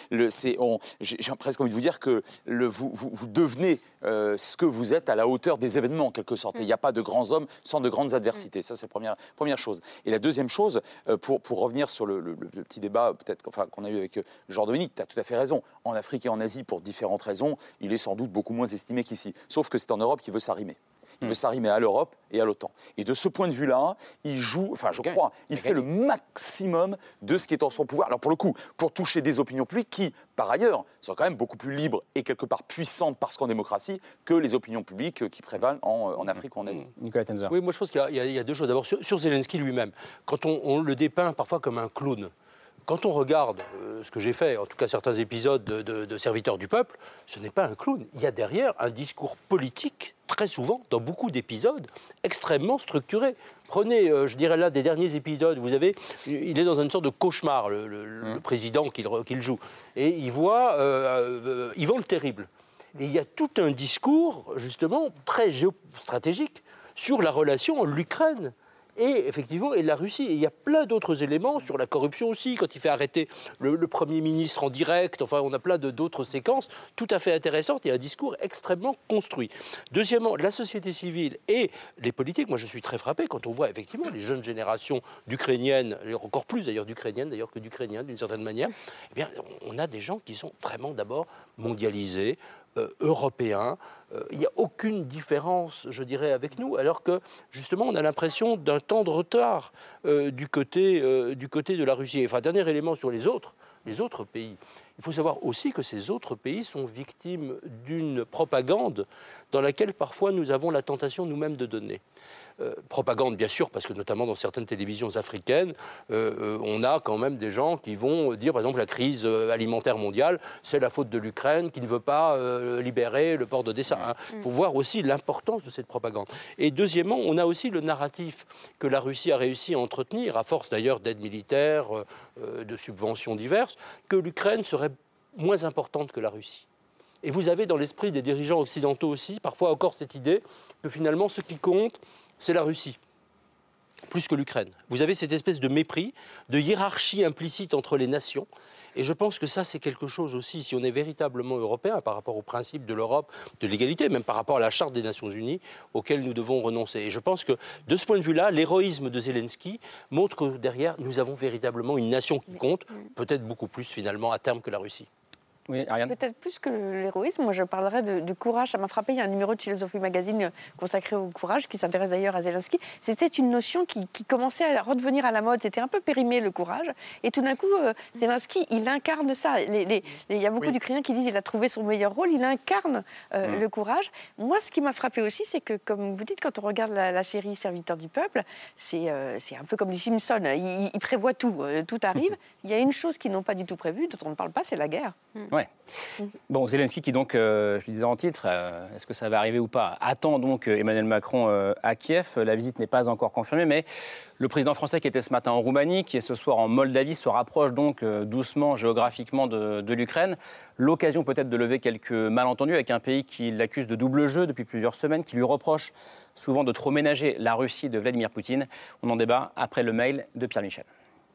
j'ai presque envie de vous dire que vous devenez ce que vous êtes à la hauteur des événements en quelque sorte. Il n'y a pas de grands hommes sans de grandes adversités. Ça, c'est la première chose. Et la deuxième chose, pour revenir sur le petit débat qu'on a eu avec Jean-Dominique, tu as tout à fait raison. En Afrique et en Asie, pour différentes raisons, il est sans doute beaucoup moins estimé qu'ici. Sauf que c'est en Europe qu'il veut s'arrimer. Il veut s'arrimer à l'Europe et à l'OTAN. Et de ce point de vue-là, il joue, il fait le maximum de ce qui est en son pouvoir. Alors pour le coup, pour toucher des opinions publiques qui, par ailleurs, sont quand même beaucoup plus libres et quelque part puissantes parce qu'en démocratie que les opinions publiques qui prévalent en Afrique ou en Asie. Nicolas Tenzer. Oui, moi je pense qu'il y a deux choses. D'abord, sur Zelensky lui-même, quand on le dépeint parfois comme un clown, quand on regarde ce que j'ai fait, en tout cas certains épisodes de Serviteurs du Peuple, ce n'est pas un clown. Il y a derrière un discours politique, très souvent, dans beaucoup d'épisodes, extrêmement structuré. Prenez, je dirais là, des derniers épisodes, vous avez, il est dans une sorte de cauchemar, le président qu'il joue. Et il voit Ivan le Terrible. Et il y a tout un discours, justement, très géostratégique sur la relation entre l'Ukraine et effectivement, et la Russie. Et il y a plein d'autres éléments, sur la corruption aussi, quand il fait arrêter le Premier ministre en direct. Enfin, on a plein d'autres séquences tout à fait intéressantes et un discours extrêmement construit. Deuxièmement, la société civile et les politiques. Moi, je suis très frappé quand on voit effectivement les jeunes générations d'Ukrainiennes, encore plus d'ailleurs d'Ukrainiennes d'ailleurs que d'Ukrainiens d'une certaine manière. Eh bien, on a des gens qui sont vraiment d'abord mondialisés, européens. Il n'y a aucune différence, je dirais, avec nous, alors que, justement, on a l'impression d'un temps de retard du côté de la Russie. Enfin, dernier élément sur les autres pays. Il faut savoir aussi que ces autres pays sont victimes d'une propagande dans laquelle, parfois, nous avons la tentation nous-mêmes de donner. Propagande, bien sûr, parce que notamment dans certaines télévisions africaines, on a quand même des gens qui vont dire, par exemple, la crise alimentaire mondiale, c'est la faute de l'Ukraine qui ne veut pas libérer le port d'Odessa. Il faut voir aussi l'importance de cette propagande. Et deuxièmement, on a aussi le narratif que la Russie a réussi à entretenir, à force d'ailleurs d'aide militaire, de subventions diverses, que l'Ukraine serait moins importante que la Russie. Et vous avez dans l'esprit des dirigeants occidentaux aussi, parfois encore cette idée que finalement ce qui compte, c'est la Russie, plus que l'Ukraine. Vous avez cette espèce de mépris, de hiérarchie implicite entre les nations. Et je pense que ça, c'est quelque chose aussi, si on est véritablement européen par rapport au principe de l'Europe, de l'égalité, même par rapport à la Charte des Nations Unies, auquel nous devons renoncer. Et je pense que, de ce point de vue-là, l'héroïsme de Zelensky montre que derrière, nous avons véritablement une nation qui compte, peut-être beaucoup plus finalement à terme que la Russie. Oui, Ariane. Peut-être plus que l'héroïsme, moi je parlerais de courage. Ça m'a frappé, il y a un numéro de Philosophie Magazine consacré au courage qui s'intéresse d'ailleurs à Zelensky. C'était une notion qui commençait à redevenir à la mode. C'était un peu périmé le courage. Et tout d'un coup, Zelensky, il incarne ça. Il y a beaucoup d'Ukrainiens qui disent qu'il a trouvé son meilleur rôle. Il incarne le courage. Moi, ce qui m'a frappé aussi, c'est que, comme vous dites, quand on regarde la série Serviteurs du Peuple, c'est un peu comme les Simpsons. Ils prévoient tout. Tout arrive. Il y a une chose qu'ils n'ont pas du tout prévue, dont on ne parle pas, c'est la guerre. Ouais. Bon, Zelensky qui donc, je le disais en titre, est-ce que ça va arriver ou pas, attend donc Emmanuel Macron à Kiev. La visite n'est pas encore confirmée, mais le président français qui était ce matin en Roumanie, qui est ce soir en Moldavie, se rapproche donc doucement géographiquement de l'Ukraine. L'occasion peut-être de lever quelques malentendus avec un pays qui l'accuse de double jeu depuis plusieurs semaines, qui lui reproche souvent de trop ménager la Russie de Vladimir Poutine. On en débat après le mail de Pierre Michel.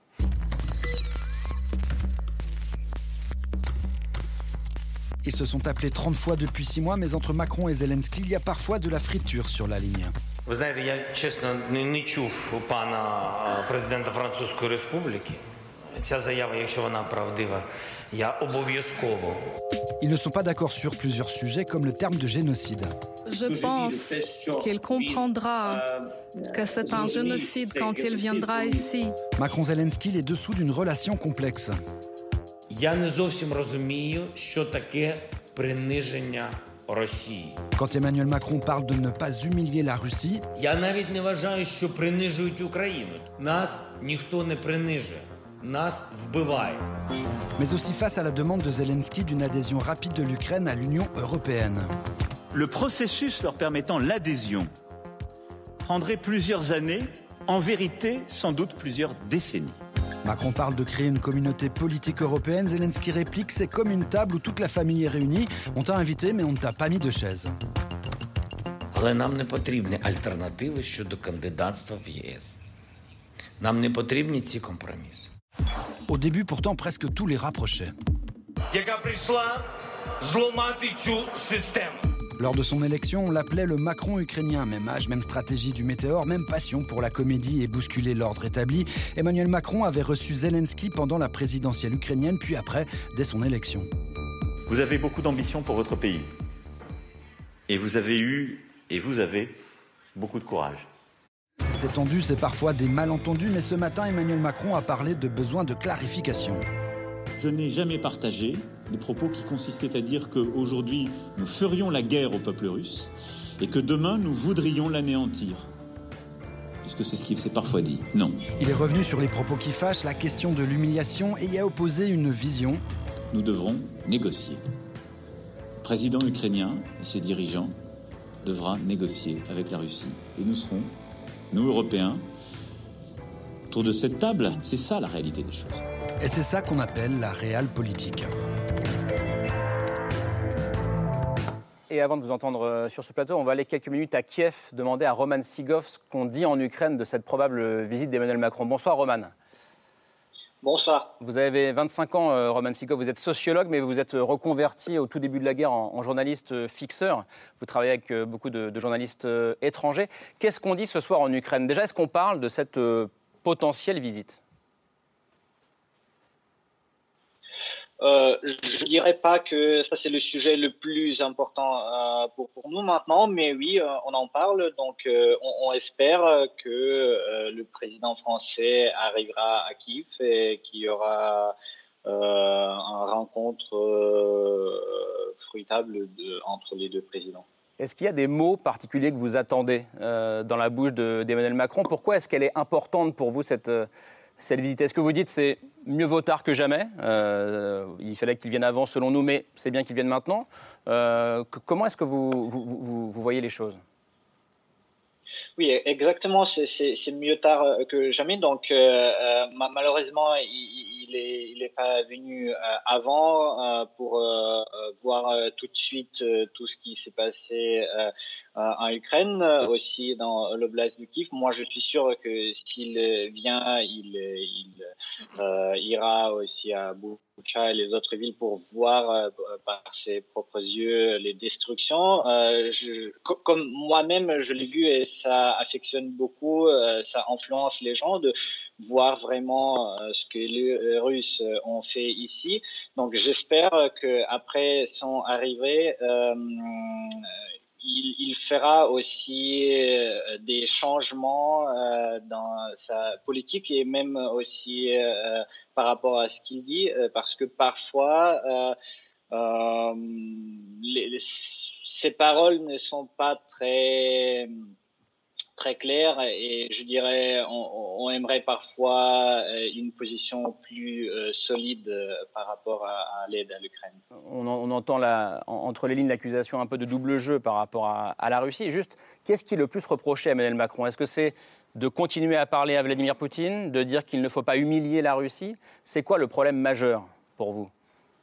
Ils se sont appelés 30 fois depuis 6 mois, mais entre Macron et Zelensky, il y a parfois de la friture sur la ligne. Ви знаєте, я чесно не чув пана президента Французької Республіки. Ця заява, якщо вона правдива, я обов'язково. Ils ne sont pas d'accord sur plusieurs sujets, comme le terme de génocide. Je pense qu'il comprendra que c'est un génocide quand il viendra ici. Macron-Zelensky, les dessous d'une relation complexe. Я не зовсім розумію, що таке приниження Росії. Quand Emmanuel Macron parle de ne pas humilier la Russie, Я навіть не вважаю, що принижують Україну. Нас ніхто не принижує. Нас вбивають. mais aussi face à la demande de Zelensky d'une adhésion rapide de l'Ukraine à l'Union européenne. Le processus leur permettant l'adhésion prendrait plusieurs années, en vérité sans doute plusieurs décennies. Macron parle de créer une communauté politique européenne. Zelensky réplique, c'est comme une table où toute la famille est réunie. On t'a invité, mais on ne t'a pas mis de chaise. Але нам не потрібні альтернативи щодо кандидатства в ЄС. Нам не потрібні ці компроміси. Au début, pourtant, presque tous les rapprochaient. Яка прийшла зламати цю систему. Lors de son élection, on l'appelait le Macron ukrainien. Même âge, même stratégie du météore, même passion pour la comédie et bousculer l'ordre établi. Emmanuel Macron avait reçu Zelensky pendant la présidentielle ukrainienne, puis après, dès son élection. Vous avez beaucoup d'ambition pour votre pays. Et vous avez beaucoup de courage. C'est tendu, c'est parfois des malentendus, mais ce matin, Emmanuel Macron a parlé de besoin de clarification. Je n'ai jamais partagé les propos qui consistaient à dire qu'aujourd'hui, nous ferions la guerre au peuple russe et que demain, nous voudrions l'anéantir. Puisque c'est ce qui s'est parfois dit. Non. Il est revenu sur les propos qui fâchent, la question de l'humiliation, et y a opposé une vision. Nous devrons négocier. Le président ukrainien et ses dirigeants devra négocier avec la Russie. Et nous serons, nous Européens, autour de cette table. C'est ça la réalité des choses. Et c'est ça qu'on appelle la realpolitik. Et avant de vous entendre sur ce plateau, on va aller quelques minutes à Kiev, demander à Roman Sigov ce qu'on dit en Ukraine de cette probable visite d'Emmanuel Macron. Bonsoir Roman. Bonsoir. Vous avez 25 ans, Roman Sigov, vous êtes sociologue, mais vous vous êtes reconverti au tout début de la guerre en journaliste fixeur. Vous travaillez avec beaucoup de journalistes étrangers. Qu'est-ce qu'on dit ce soir en Ukraine? Déjà, est-ce qu'on parle de cette potentielle visite? Je ne dirais pas que ça c'est le sujet le plus important pour nous maintenant, mais oui, on en parle. Donc, on espère que le président français arrivera à Kiev et qu'il y aura une rencontre fruitable entre les deux présidents. Est-ce qu'il y a des mots particuliers que vous attendez dans la bouche d'Emmanuel Macron? Pourquoi est-ce qu'elle est importante pour vous, cette visite? Est-ce que vous dites c'est mieux vaut tard que jamais? Il fallait qu'il vienne avant selon nous, mais c'est bien qu'il vienne maintenant. Comment est-ce que vous voyez les choses? Oui, exactement, c'est mieux tard que jamais. Donc, malheureusement, il est pas venu avant pour voir tout de suite tout ce qui s'est passé en Ukraine, aussi dans l'oblast du Kiev. Moi, je suis sûr que s'il vient, il ira aussi à Boutcha et les autres villes pour voir par ses propres yeux les destructions. Comme moi-même, je l'ai vu et ça affectionne beaucoup, ça influence les gens de voir vraiment ce que les Russes ont fait ici. Donc j'espère qu'après son arrivée, il fera aussi des changements dans sa politique et même aussi par rapport à ce qu'il dit, parce que parfois ses paroles ne sont pas très très clair et je dirais on aimerait parfois une position plus solide par rapport à l'aide à l'Ukraine. On entend entre les lignes d'accusation un peu de double jeu par rapport à la Russie. Juste, qu'est-ce qui est le plus reproché à Emmanuel Macron? Est-ce que c'est de continuer à parler à Vladimir Poutine, de dire qu'il ne faut pas humilier la Russie? C'est quoi le problème majeur pour vous?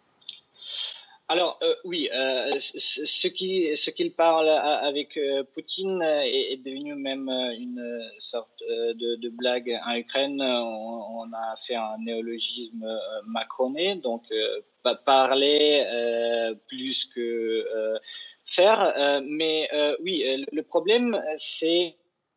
Alors oui, ce qu'il parle avec Poutine est devenu même une sorte de blague en Ukraine. On a fait un néologisme macronais, donc parler plus que faire. Mais oui, le problème c'est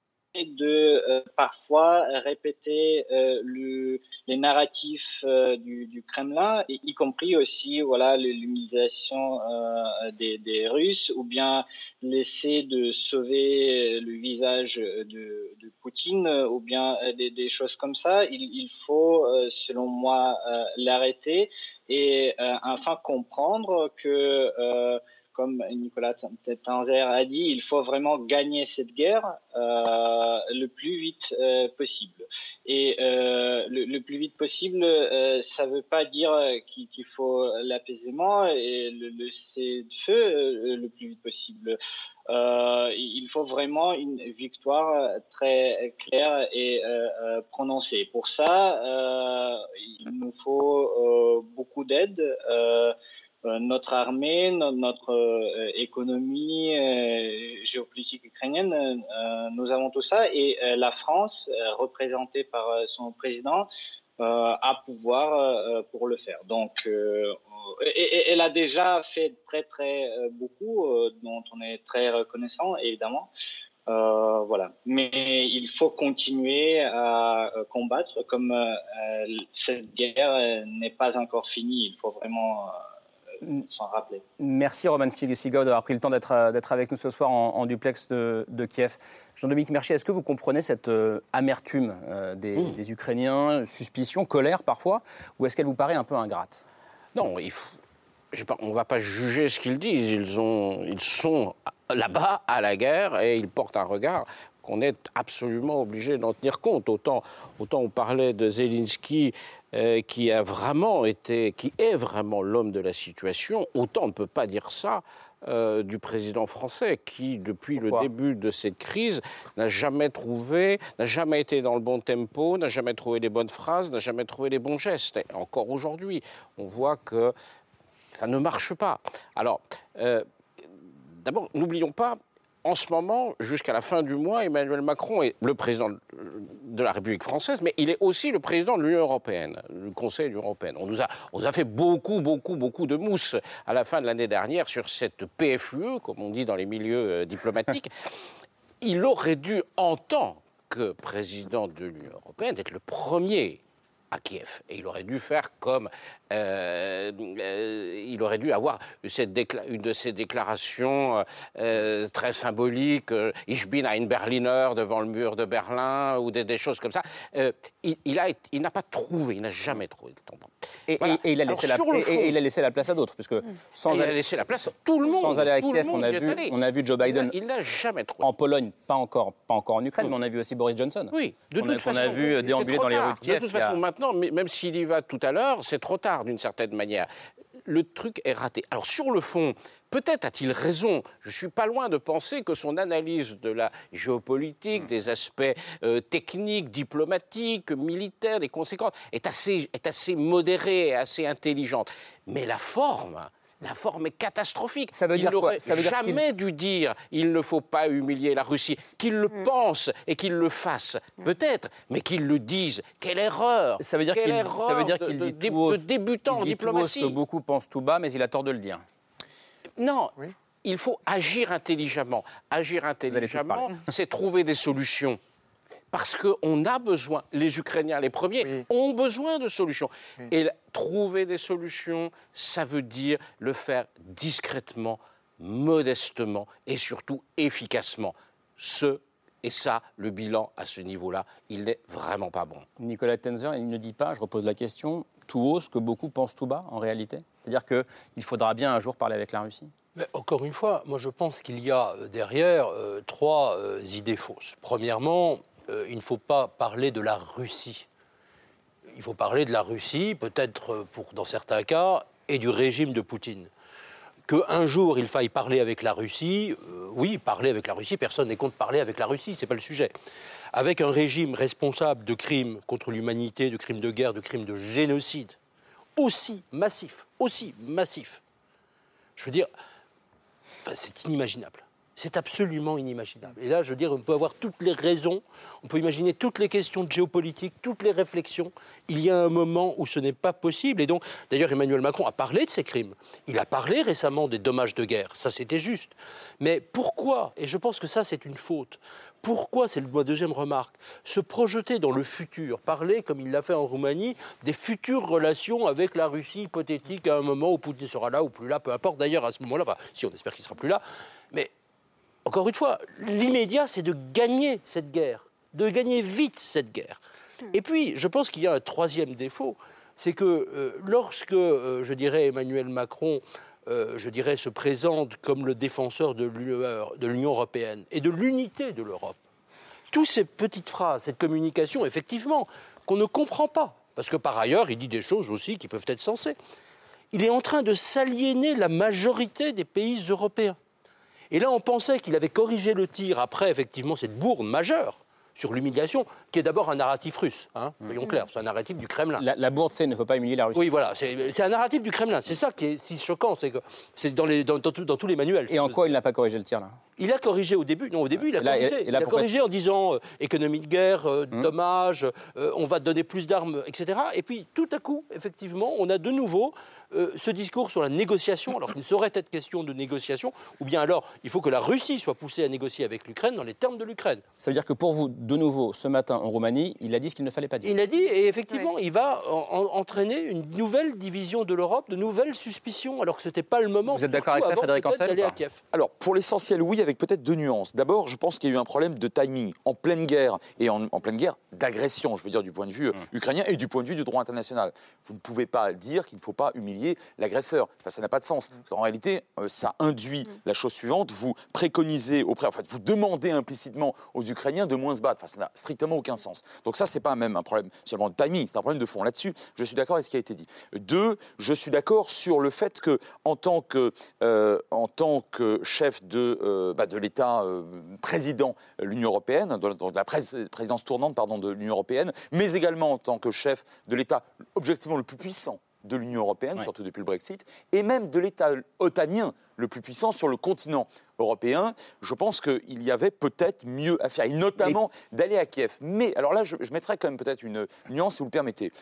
de parfois répéter les narratifs du Kremlin, y compris aussi l'humiliation des Russes, ou bien l'essai de sauver le visage de Poutine, ou bien des choses comme ça. Il faut, selon moi, l'arrêter et enfin comprendre que comme Nicolas Tanzer a dit, il faut vraiment gagner cette guerre le plus vite possible. Et le plus vite possible, ça ne veut pas dire qu'il faut l'apaisement et le cessez-le-feu le plus vite possible. Il faut vraiment une victoire très claire et prononcée. Pour ça, il nous faut beaucoup d'aide. Notre armée, notre économie géopolitique ukrainienne, nous avons tout ça et la France, représentée par son président, a pouvoir pour le faire. Donc, elle a déjà fait très beaucoup, dont on est très reconnaissant, évidemment. Voilà. Mais il faut continuer à combattre comme cette guerre n'est pas encore finie. Il faut vraiment s'en rappeler. Merci Roman Sigau d'avoir pris le temps d'être avec nous ce soir en duplex de Kiev. Jean-Dominique Mercier, est-ce que vous comprenez cette amertume des Ukrainiens, suspicion, colère parfois, ou est-ce qu'elle vous paraît un peu ingrate? Non, on ne va pas juger ce qu'ils disent. Ils sont là-bas à la guerre et ils portent un regard qu'on est absolument obligé d'en tenir compte. Autant on parlait de Zelensky qui est vraiment l'homme de la situation, autant on ne peut pas dire ça du président français qui, depuis le début de cette crise, n'a jamais été dans le bon tempo, n'a jamais trouvé les bonnes phrases, n'a jamais trouvé les bons gestes. Et encore aujourd'hui, on voit que ça ne marche pas. Alors, d'abord, n'oublions pas, en ce moment, jusqu'à la fin du mois, Emmanuel Macron est le président de la République française, mais il est aussi le président de l'Union européenne, du Conseil de l'Union européenne. On nous a fait beaucoup de mousse à la fin de l'année dernière sur cette PFUE, comme on dit dans les milieux diplomatiques. Il aurait dû, en tant que président de l'Union européenne, être le premier à Kiev. Et il aurait dû faire comme... il aurait dû avoir une de ces déclarations très symboliques, Ich bin ein Berliner devant le mur de Berlin, ou des choses comme ça. Il n'a pas trouvé, il n'a jamais trouvé le temps. Et il a laissé la place à d'autres, puisque il a laissé la place à tout le monde. Sans aller à Kiev, on a vu Joe Biden. Il n'a jamais trouvé. En Pologne, pas encore en Ukraine, mais on a vu aussi Boris Johnson. Oui, de toute façon. On a vu déambuler dans les rues de Kiev. De toute façon, maintenant, même s'il y va tout à l'heure, c'est trop tard d'une certaine manière. Le truc est raté. Alors sur le fond, peut-être a-t-il raison. Je ne suis pas loin de penser que son analyse de la géopolitique, des aspects techniques, diplomatiques, militaires, des conséquences, est assez modérée, assez intelligente. Mais la forme est catastrophique. Ça veut dire quoi? Il n'aurait jamais dû dire il ne faut pas humilier la Russie. Qu'il le pense et qu'il le fasse, peut-être, mais qu'il le dise. Quelle erreur! Ça veut dire qu'il dit de débutant en diplomatie. Tout haut, ce que beaucoup pensent tout bas, mais il a tort de le dire. Non. Oui. Il faut agir intelligemment. Agir intelligemment, c'est trouver des solutions. Parce qu'on a besoin, les Ukrainiens, les premiers, ont besoin de solutions. Oui. Et trouver des solutions, ça veut dire le faire discrètement, modestement et surtout efficacement. Ce Et ça, le bilan à ce niveau-là, il n'est vraiment pas bon. Nicolas Tenzer, il ne dit pas, je repose la question, tout haut, ce que beaucoup pensent tout bas en réalité. C'est-à-dire qu'il faudra bien un jour parler avec la Russie. Mais encore une fois, moi je pense qu'il y a derrière 3 idées fausses. Premièrement, il ne faut pas parler de la Russie. Il faut parler de la Russie, peut-être dans certains cas, et du régime de Poutine. Qu'un jour il faille parler avec la Russie, oui, parler avec la Russie, personne n'est contre parler avec la Russie, ce n'est pas le sujet. Avec un régime responsable de crimes contre l'humanité, de crimes de guerre, de crimes de génocide, aussi massif, je veux dire, c'est inimaginable. C'est absolument inimaginable. Et là, je veux dire, on peut avoir toutes les raisons, on peut imaginer toutes les questions de géopolitique, toutes les réflexions. Il y a un moment où ce n'est pas possible. Et donc, d'ailleurs, Emmanuel Macron a parlé de ces crimes. Il a parlé récemment des dommages de guerre. Ça, c'était juste. Mais pourquoi, et je pense que ça, c'est une faute, pourquoi, c'est ma deuxième remarque, se projeter dans le futur, parler, comme il l'a fait en Roumanie, des futures relations avec la Russie hypothétique à un moment où Poutine sera là ou plus là, peu importe d'ailleurs à ce moment-là, enfin, si on espère qu'il ne sera plus là. Mais encore une fois, l'immédiat, c'est de gagner cette guerre, de gagner vite cette guerre. Et puis, je pense qu'il y a un troisième défaut, c'est que lorsque, je dirais, Emmanuel Macron, se présente comme le défenseur de l'Union européenne et de l'unité de l'Europe, toutes ces petites phrases, cette communication, effectivement, qu'on ne comprend pas, parce que par ailleurs, il dit des choses aussi qui peuvent être sensées. Il est en train de s'aliéner la majorité des pays européens. Et là, on pensait qu'il avait corrigé le tir après, effectivement, cette bourde majeure sur l'humiliation, qui est d'abord un narratif russe, soyons clairs, c'est un narratif du Kremlin. La bourde, c'est il ne faut pas humilier la Russie. Oui, voilà, c'est un narratif du Kremlin. C'est ça qui est si choquant, c'est que c'est dans tous les manuels. Et en quoi il n'a pas corrigé le tir, là ? Il a corrigé au début. Non, au début, il a corrigé. Il a corrigé en disant économie de guerre, dommages, on va donner plus d'armes, etc. Et puis, tout à coup, effectivement, on a de nouveau ce discours sur la négociation, alors qu'il ne saurait être question de négociation, ou bien alors, il faut que la Russie soit poussée à négocier avec l'Ukraine dans les termes de l'Ukraine. Ça veut dire que pour vous, de nouveau, ce matin en Roumanie, il a dit ce qu'il ne fallait pas dire. Il a dit, et effectivement, il va entraîner une nouvelle division de l'Europe, de nouvelles suspicions, alors que ce n'était pas le moment. Vous êtes d'accord avec ça, Frédéric Ancel, d'aller à Kiev. Alors, pour l'essentiel, oui, avec peut-être 2 nuances. D'abord, je pense qu'il y a eu un problème de timing. En pleine guerre, et en pleine guerre d'agression, je veux dire, du point de vue ukrainien et du point de vue du droit international. Vous ne pouvez pas dire qu'il ne faut pas humilier l'agresseur. Enfin, ça n'a pas de sens. Parce qu'en réalité, ça induit la chose suivante. Vous préconisez, vous demandez implicitement aux Ukrainiens de moins se battre. Enfin, ça n'a strictement aucun sens. Donc ça, c'est pas même un problème seulement de timing, c'est un problème de fond. Là-dessus, je suis d'accord avec ce qui a été dit. 2, je suis d'accord sur le fait que, en tant que chef de l'État président de l'Union européenne, de la présidence tournante de l'Union européenne, mais également en tant que chef de l'État objectivement le plus puissant de l'Union européenne, surtout depuis le Brexit, et même de l'État otanien le plus puissant sur le continent européen, je pense qu'il y avait peut-être mieux à faire, et notamment d'aller à Kiev. Mais, alors là, je mettrais quand même peut-être une nuance, si vous le permettez.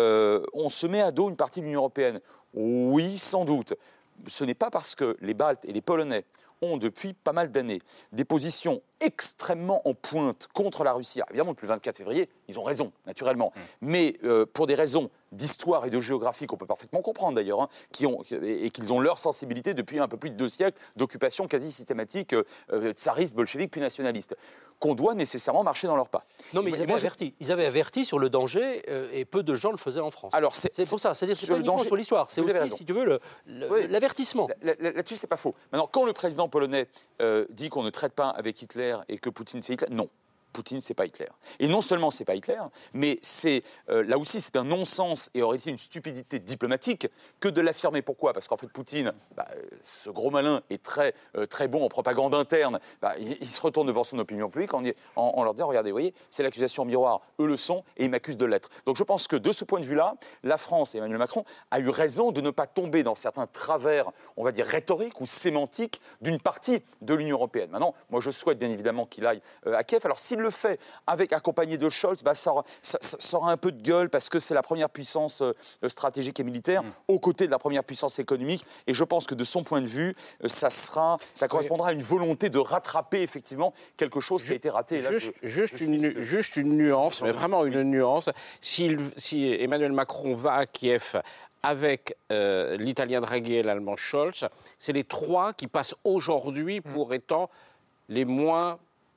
On se met à dos une partie de l'Union européenne. Oui, sans doute. Ce n'est pas parce que les Baltes et les Polonais ont depuis pas mal d'années des positions extrêmement en pointe contre la Russie. Alors, évidemment, depuis le 24 février, ils ont raison, naturellement. Mais pour des raisons d'histoire et de géographie qu'on peut parfaitement comprendre d'ailleurs, qu'ils ont leur sensibilité depuis un peu plus de 2 siècles d'occupation quasi systématique tsariste, bolchevique, puis nationaliste, qu'on doit nécessairement marcher dans leurs pas. Non, mais ils avaient averti sur le danger et peu de gens le faisaient en France. Alors c'est pour ça, c'est pas uniquement sur l'histoire, c'est aussi, si tu veux, l'avertissement. Là-dessus, c'est pas faux. Maintenant, quand le président polonais dit qu'on ne traite pas avec Hitler et que Poutine c'est Hitler, non. Poutine, c'est pas Hitler. Et non seulement c'est pas Hitler, mais c'est là aussi c'est un non-sens et aurait été une stupidité diplomatique que de l'affirmer. Pourquoi ? Parce qu'en fait Poutine, ce gros malin est très bon en propagande interne. Il se retourne devant son opinion publique en leur disant regardez, vous voyez, c'est l'accusation miroir. Eux le sont et ils m'accusent de l'être. Donc je pense que de ce point de vue-là, la France et Emmanuel Macron a eu raison de ne pas tomber dans certains travers, on va dire rhétoriques ou sémantiques d'une partie de l'Union européenne. Maintenant, moi je souhaite bien évidemment qu'il aille à Kiev. Alors s'il le fait accompagné de Scholz, ça aura un peu de gueule parce que c'est la première puissance stratégique et militaire aux côtés de la première puissance économique. Et je pense que de son point de vue, ça correspondra à une volonté de rattraper effectivement quelque chose qui a été raté. Et là, juste une nuance, mais vraiment une nuance. Si Emmanuel Macron va à Kiev avec l'Italien Draghi et l'Allemand Scholz, c'est les 3 qui passent aujourd'hui pour étant les moins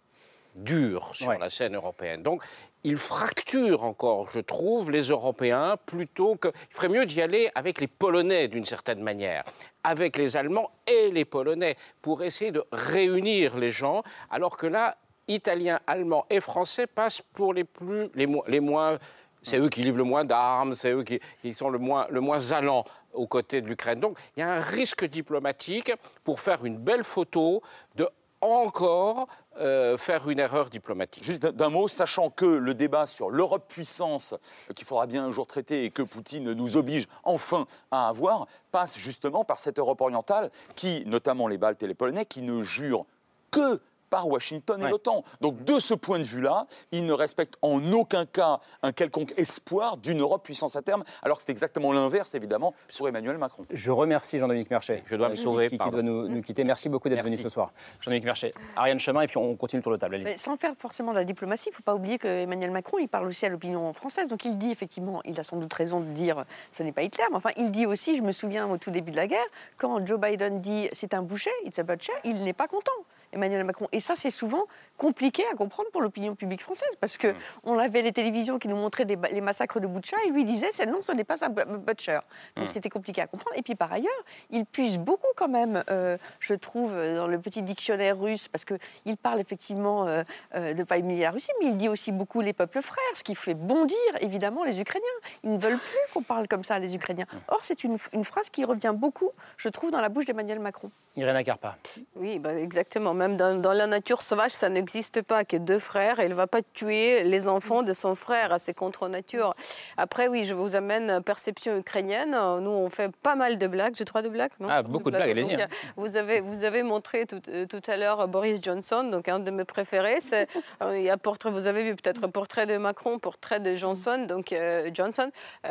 dur sur la scène européenne. Donc, il fracture encore, je trouve, les Européens plutôt que... Il ferait mieux d'y aller avec les Polonais, d'une certaine manière, avec les Allemands et les Polonais, pour essayer de réunir les gens, alors que là, Italiens, Allemands et Français passent pour les moins... C'est eux qui livrent le moins d'armes, c'est eux qui sont le moins allants aux côtés de l'Ukraine. Donc, il y a un risque diplomatique pour faire une belle photo de encore faire une erreur diplomatique. Juste d'un mot, sachant que le débat sur l'Europe puissance, qu'il faudra bien un jour traiter et que Poutine nous oblige enfin à avoir, passe justement par cette Europe orientale qui, notamment les Baltes et les Polonais, qui ne jurent que par Washington et l'OTAN. Donc, de ce point de vue-là, il ne respecte en aucun cas un quelconque espoir d'une Europe puissance à terme, alors que c'est exactement l'inverse, évidemment, pour Emmanuel Macron. Je remercie Jean-Dominique Merchet. Je dois me sauver, qui doit nous quitter. Merci beaucoup d'être venu ce soir. Jean-Dominique Merchet, Ariane Chemin, et puis on continue le tour de table. Mais sans faire forcément de la diplomatie, il ne faut pas oublier qu'Emmanuel Macron, il parle aussi à l'opinion française. Donc, il dit effectivement, il a sans doute raison de dire ce n'est pas Hitler, mais enfin, il dit aussi, je me souviens au tout début de la guerre, quand Joe Biden dit c'est un boucher, it's a butcher, il n'est pas content. Emmanuel Macron. Et ça, c'est souvent compliqué à comprendre pour l'opinion publique française, parce qu'on avait les télévisions qui nous montraient les massacres de Boutcha, et lui disait, non, ce n'est pas un butcher. Donc c'était compliqué à comprendre. Et puis par ailleurs, il puise beaucoup quand même, je trouve, dans le petit dictionnaire russe, parce qu'il parle effectivement de ne pas humilier la Russie, mais il dit aussi beaucoup les peuples frères, ce qui fait bondir évidemment les Ukrainiens. Ils ne veulent plus qu'on parle comme ça, les Ukrainiens. Or, c'est une phrase qui revient beaucoup, je trouve, dans la bouche d'Emmanuel Macron. Irina Karpa. Oui, exactement. Même dans la nature sauvage, ça n'existe pas que deux frères. Et il ne va pas tuer les enfants de son frère. C'est contre nature. Après, oui, je vous amène perception ukrainienne. Nous, on fait pas mal de blagues. J'ai droit de blagues, non? Beaucoup de blagues, allez-y. Donc, vous avez montré tout à l'heure Boris Johnson, donc un de mes préférés. Il y a vous avez vu peut-être portrait de Macron, portrait de Johnson. Donc, Johnson,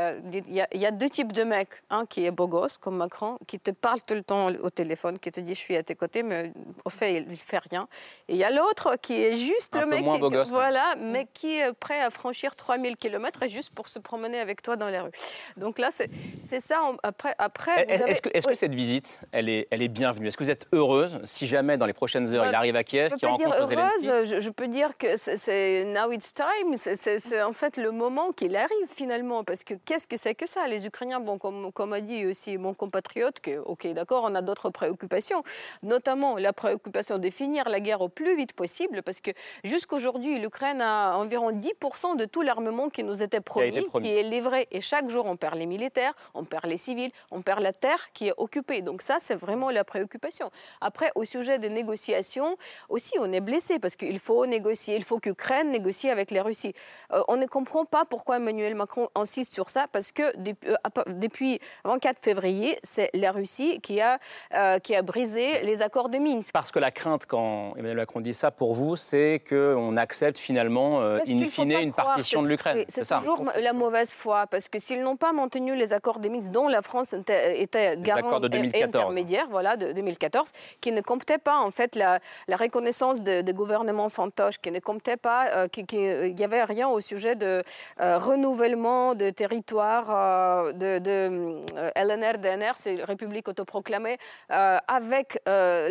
il y a deux types de mecs. Un qui est beau gosse, comme Macron, qui te parle tout le temps au téléphone, qui te dit je suis à tes côtés, mais au fait, il ne fait rien. Et il y a l'autre qui est juste le mec mais qui est prêt à franchir 3000 km juste pour se promener avec toi dans les rues. Donc là, c'est ça. Après, est-ce que cette visite, elle est bienvenue? Est-ce que vous êtes heureuse si jamais, dans les prochaines heures, il arrive à Kiev, qu'il rencontre Zelensky? Je peux dire que c'est now it's time. C'est en fait le moment qu'il arrive finalement. Parce que qu'est-ce que c'est que ça? Les Ukrainiens, comme a dit aussi mon compatriote, ok, d'accord, on a d'autres préoccupations, notamment la préoccupation de finir la guerre au plus vite possible, parce que jusqu'aujourd'hui, l'Ukraine a environ 10% de tout l'armement qui nous était promis, qui est livré. Et chaque jour, on perd les militaires, on perd les civils, on perd la terre qui est occupée. Donc ça, c'est vraiment la préoccupation. Après, au sujet des négociations, aussi, on est blessé, parce qu'il faut négocier, il faut qu'Ukraine négocie avec la Russie. On ne comprend pas pourquoi Emmanuel Macron insiste sur ça, parce que depuis 24 février, c'est la Russie qui a briser les accords de Minsk. Parce que la crainte, quand Emmanuel Macron dit ça, pour vous, c'est qu'on accepte finalement, in fine, une partition de l'Ukraine. Oui, c'est toujours la mauvaise foi, parce que s'ils n'ont pas maintenu les accords de Minsk, dont la France était garant et intermédiaire, de 2014, qui ne comptaient pas en fait la reconnaissance de gouvernements fantoches, qui ne comptaient pas, qu'il n'y avait rien au sujet de renouvellement de territoire de LNR, DNR, c'est République autoproclamée, avec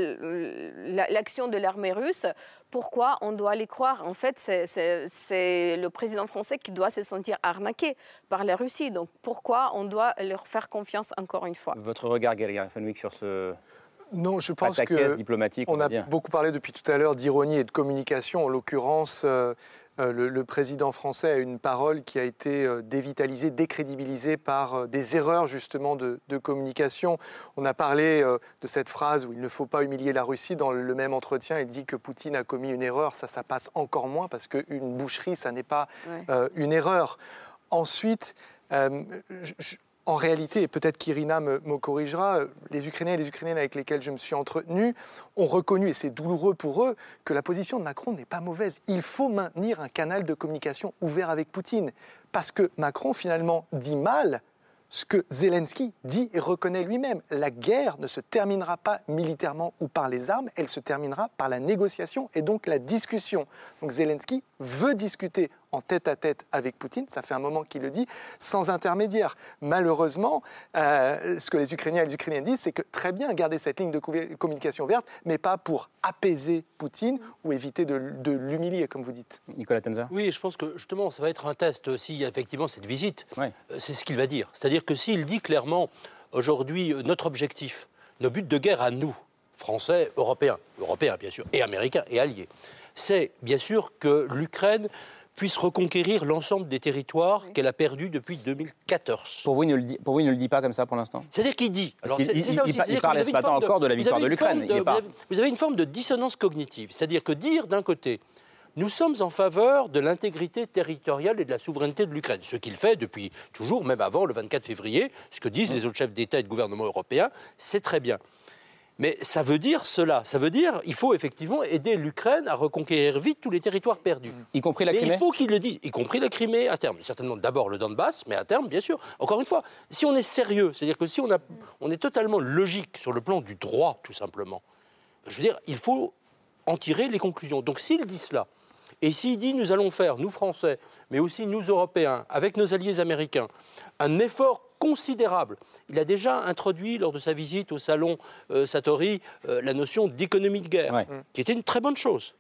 l'action de l'armée russe. Pourquoi on doit les croire? En fait, c'est le président français qui doit se sentir arnaqué par la Russie. Donc pourquoi on doit leur faire confiance encore une fois? Votre regard, Gaël Fenwick, sur ce... Non, je pense qu'on a beaucoup parlé depuis tout à l'heure d'ironie et de communication. En l'occurrence, le président français a une parole qui a été dévitalisée, décrédibilisée par des erreurs justement de communication. On a parlé de cette phrase où il ne faut pas humilier la Russie. Dans le même entretien, il dit que Poutine a commis une erreur. Ça passe encore moins parce qu'une boucherie, ça n'est pas une erreur. Ensuite, en réalité, et peut-être qu'Irina me corrigera, les Ukrainiens et les Ukrainiennes avec lesquels je me suis entretenu ont reconnu, et c'est douloureux pour eux, que la position de Macron n'est pas mauvaise. Il faut maintenir un canal de communication ouvert avec Poutine. Parce que Macron, finalement, dit mal ce que Zelensky dit et reconnaît lui-même. La guerre ne se terminera pas militairement ou par les armes, elle se terminera par la négociation et donc la discussion. Donc Zelensky veut discuter en tête-à-tête avec Poutine. Ça fait un moment qu'il le dit, sans intermédiaire. Malheureusement, ce que les Ukrainiens et les Ukrainiennes disent, c'est que très bien garder cette ligne de communication verte, mais pas pour apaiser Poutine ou éviter de l'humilier, comme vous dites. Nicolas Tenzer. Oui, je pense que justement, ça va être un test s'il y a effectivement cette visite. Ouais. C'est ce qu'il va dire. C'est-à-dire que s'il dit clairement, aujourd'hui, notre objectif, nos buts de guerre à nous, Français, Européens bien sûr, et Américains et alliés, c'est bien sûr que l'Ukraine puisse reconquérir l'ensemble des territoires qu'elle a perdus depuis 2014. Pour vous, il ne le dit pas comme ça pour l'instant ? C'est-à-dire qu'il dit... Il parle ce matin encore de la victoire de l'Ukraine. Vous avez une forme de dissonance cognitive. C'est-à-dire que dire d'un côté, nous sommes en faveur de l'intégrité territoriale et de la souveraineté de l'Ukraine, ce qu'il fait depuis toujours, même avant le 24 février, ce que disent les autres chefs d'État et de gouvernement européens, c'est très bien. Mais ça veut dire cela. Ça veut dire qu'il faut effectivement aider l'Ukraine à reconquérir vite tous les territoires perdus. Y compris la Crimée ? Mais il faut qu'il le dise, y compris la Crimée à terme. Certainement d'abord le Donbass, mais à terme, bien sûr. Encore une fois, si on est sérieux, c'est-à-dire que si on est totalement logique sur le plan du droit, tout simplement, je veux dire, il faut en tirer les conclusions. Donc s'il dit cela, et s'il dit nous allons faire, nous Français, mais aussi nous Européens, avec nos alliés américains, un effort considérable. Il a déjà introduit lors de sa visite au salon Satori la notion d'économie de guerre, qui était une très bonne chose.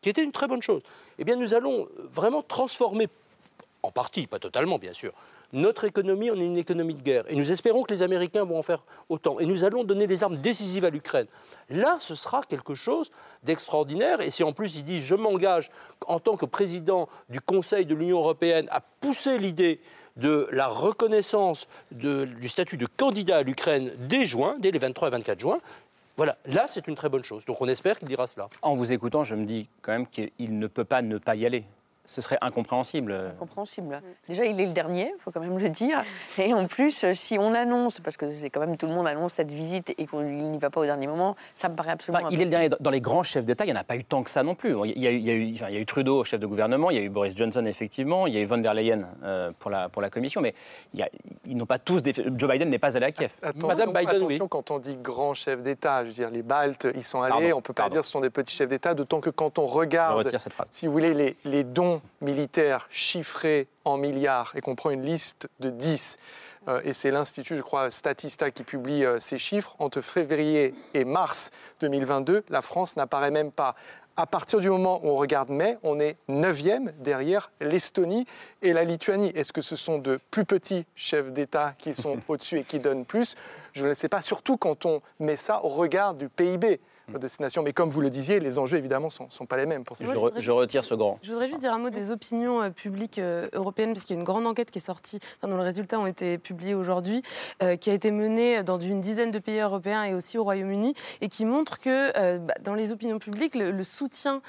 Eh bien, nous allons vraiment transformer, en partie, pas totalement bien sûr, notre économie en une économie de guerre. Et nous espérons que les Américains vont en faire autant. Et nous allons donner les armes décisives à l'Ukraine. Là, ce sera quelque chose d'extraordinaire. Et si en plus il dit « je m'engage en tant que président du Conseil de l'Union européenne à pousser l'idée de la reconnaissance du statut de candidat à l'Ukraine dès les 23 et 24 juin », voilà, là c'est une très bonne chose. Donc on espère qu'il dira cela. En vous écoutant, je me dis quand même qu'il ne peut pas ne pas y aller. Ce serait incompréhensible. Incompréhensible. Déjà, il est le dernier, il faut quand même le dire. Et en plus, si on annonce, parce que c'est quand même tout le monde annonce cette visite et qu'il n'y va pas au dernier moment, ça me paraît absolument il est le dernier. Dans les grands chefs d'État, il n'y en a pas eu tant que ça non plus. Il y a eu Trudeau, chef de gouvernement, il y a eu Boris Johnson, effectivement, il y a eu von der Leyen pour la Commission, mais ils n'ont pas tous... Joe Biden n'est pas allé à Kiev. Attention, quand on dit grand chef d'État, je veux dire, les Baltes, ils sont allés, on ne peut pas dire que ce sont des petits chefs d'État, d'autant que quand on regarde, si vous voulez, les dons militaires chiffrés en milliards et qu'on prend une liste de 10, et c'est l'Institut, je crois, Statista qui publie ces chiffres, entre février et mars 2022, la France n'apparaît même pas. À partir du moment où on regarde mai, on est 9e derrière l'Estonie et la Lituanie. Est-ce que ce sont de plus petits chefs d'État qui sont au-dessus et qui donnent plus ? Je ne sais pas, surtout quand on met ça au regard du PIB de ces nations. Mais comme vous le disiez, les enjeux, évidemment, ne sont pas les mêmes. Pour ces je retire ce grand. Je voudrais juste dire un mot des opinions publiques européennes, parce qu'il y a une grande enquête qui est sortie, dont les résultats ont été publiés aujourd'hui, qui a été menée dans une dizaine de pays européens et aussi au Royaume-Uni, et qui montre que dans les opinions publiques, le soutien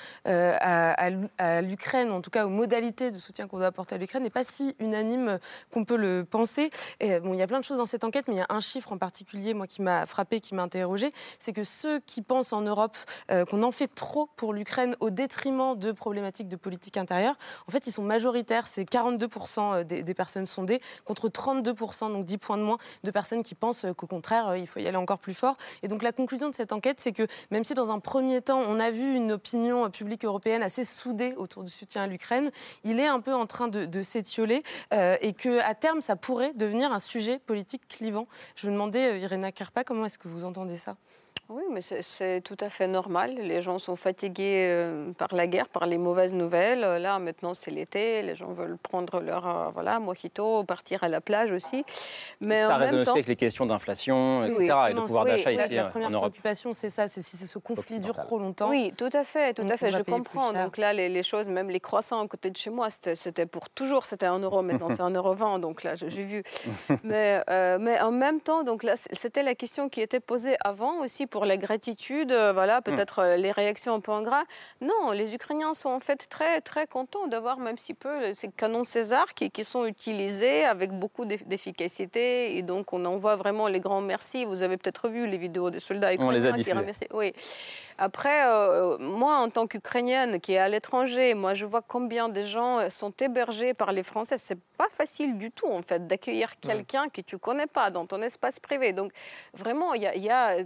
à l'Ukraine, en tout cas aux modalités de soutien qu'on doit apporter à l'Ukraine, n'est pas si unanime qu'on peut le penser. Et, il y a plein de choses dans cette enquête, mais il y a un chiffre en particulier, moi, qui m'a frappé, qui m'a interrogé, c'est que ceux qui pensent en Europe qu'on en fait trop pour l'Ukraine au détriment de problématiques de politique intérieure, en fait, ils sont majoritaires. C'est 42% des personnes sondées contre 32%, donc 10 points de moins, de personnes qui pensent qu'au contraire, il faut y aller encore plus fort. Et donc, la conclusion de cette enquête, c'est que même si dans un premier temps, on a vu une opinion publique européenne assez soudée autour du soutien à l'Ukraine, il est un peu en train de s'étioler et qu'à terme, ça pourrait devenir un sujet politique clivant. Je me demandais, Irina Kärpä, comment est-ce que vous entendez ça ? Oui, mais c'est tout à fait normal. Les gens sont fatigués par la guerre, par les mauvaises nouvelles. Là, maintenant, c'est l'été. Les gens veulent prendre leur mojito, partir à la plage aussi. Mais ça en résonne même aussi temps... avec les questions d'inflation, etc. et de pouvoir d'achat ici La en première Europe. préoccupation, c'est ça. C'est si ce conflit dure trop longtemps. Oui, tout à fait. Je comprends. Donc là, les choses, même les croissants à côté de chez moi, c'était pour toujours. C'était 1 euro. Maintenant, c'est 1,20 €. Donc là, j'ai vu. mais en même temps, donc là, c'était la question qui était posée avant aussi pour la gratitude, peut-être les réactions un peu en gras. Non, les Ukrainiens sont en fait très, très contents d'avoir même si peu ces canons César qui sont utilisés avec beaucoup d'efficacité. Et donc, on envoie vraiment les grands merci. Vous avez peut-être vu les vidéos des soldats ukrainiens qui remercient. Oui. Après, moi, en tant qu'Ukrainienne qui est à l'étranger, moi, je vois combien de gens sont hébergés par les Français. C'est pas facile du tout, en fait, d'accueillir quelqu'un que tu connais pas dans ton espace privé. Donc, vraiment, il y a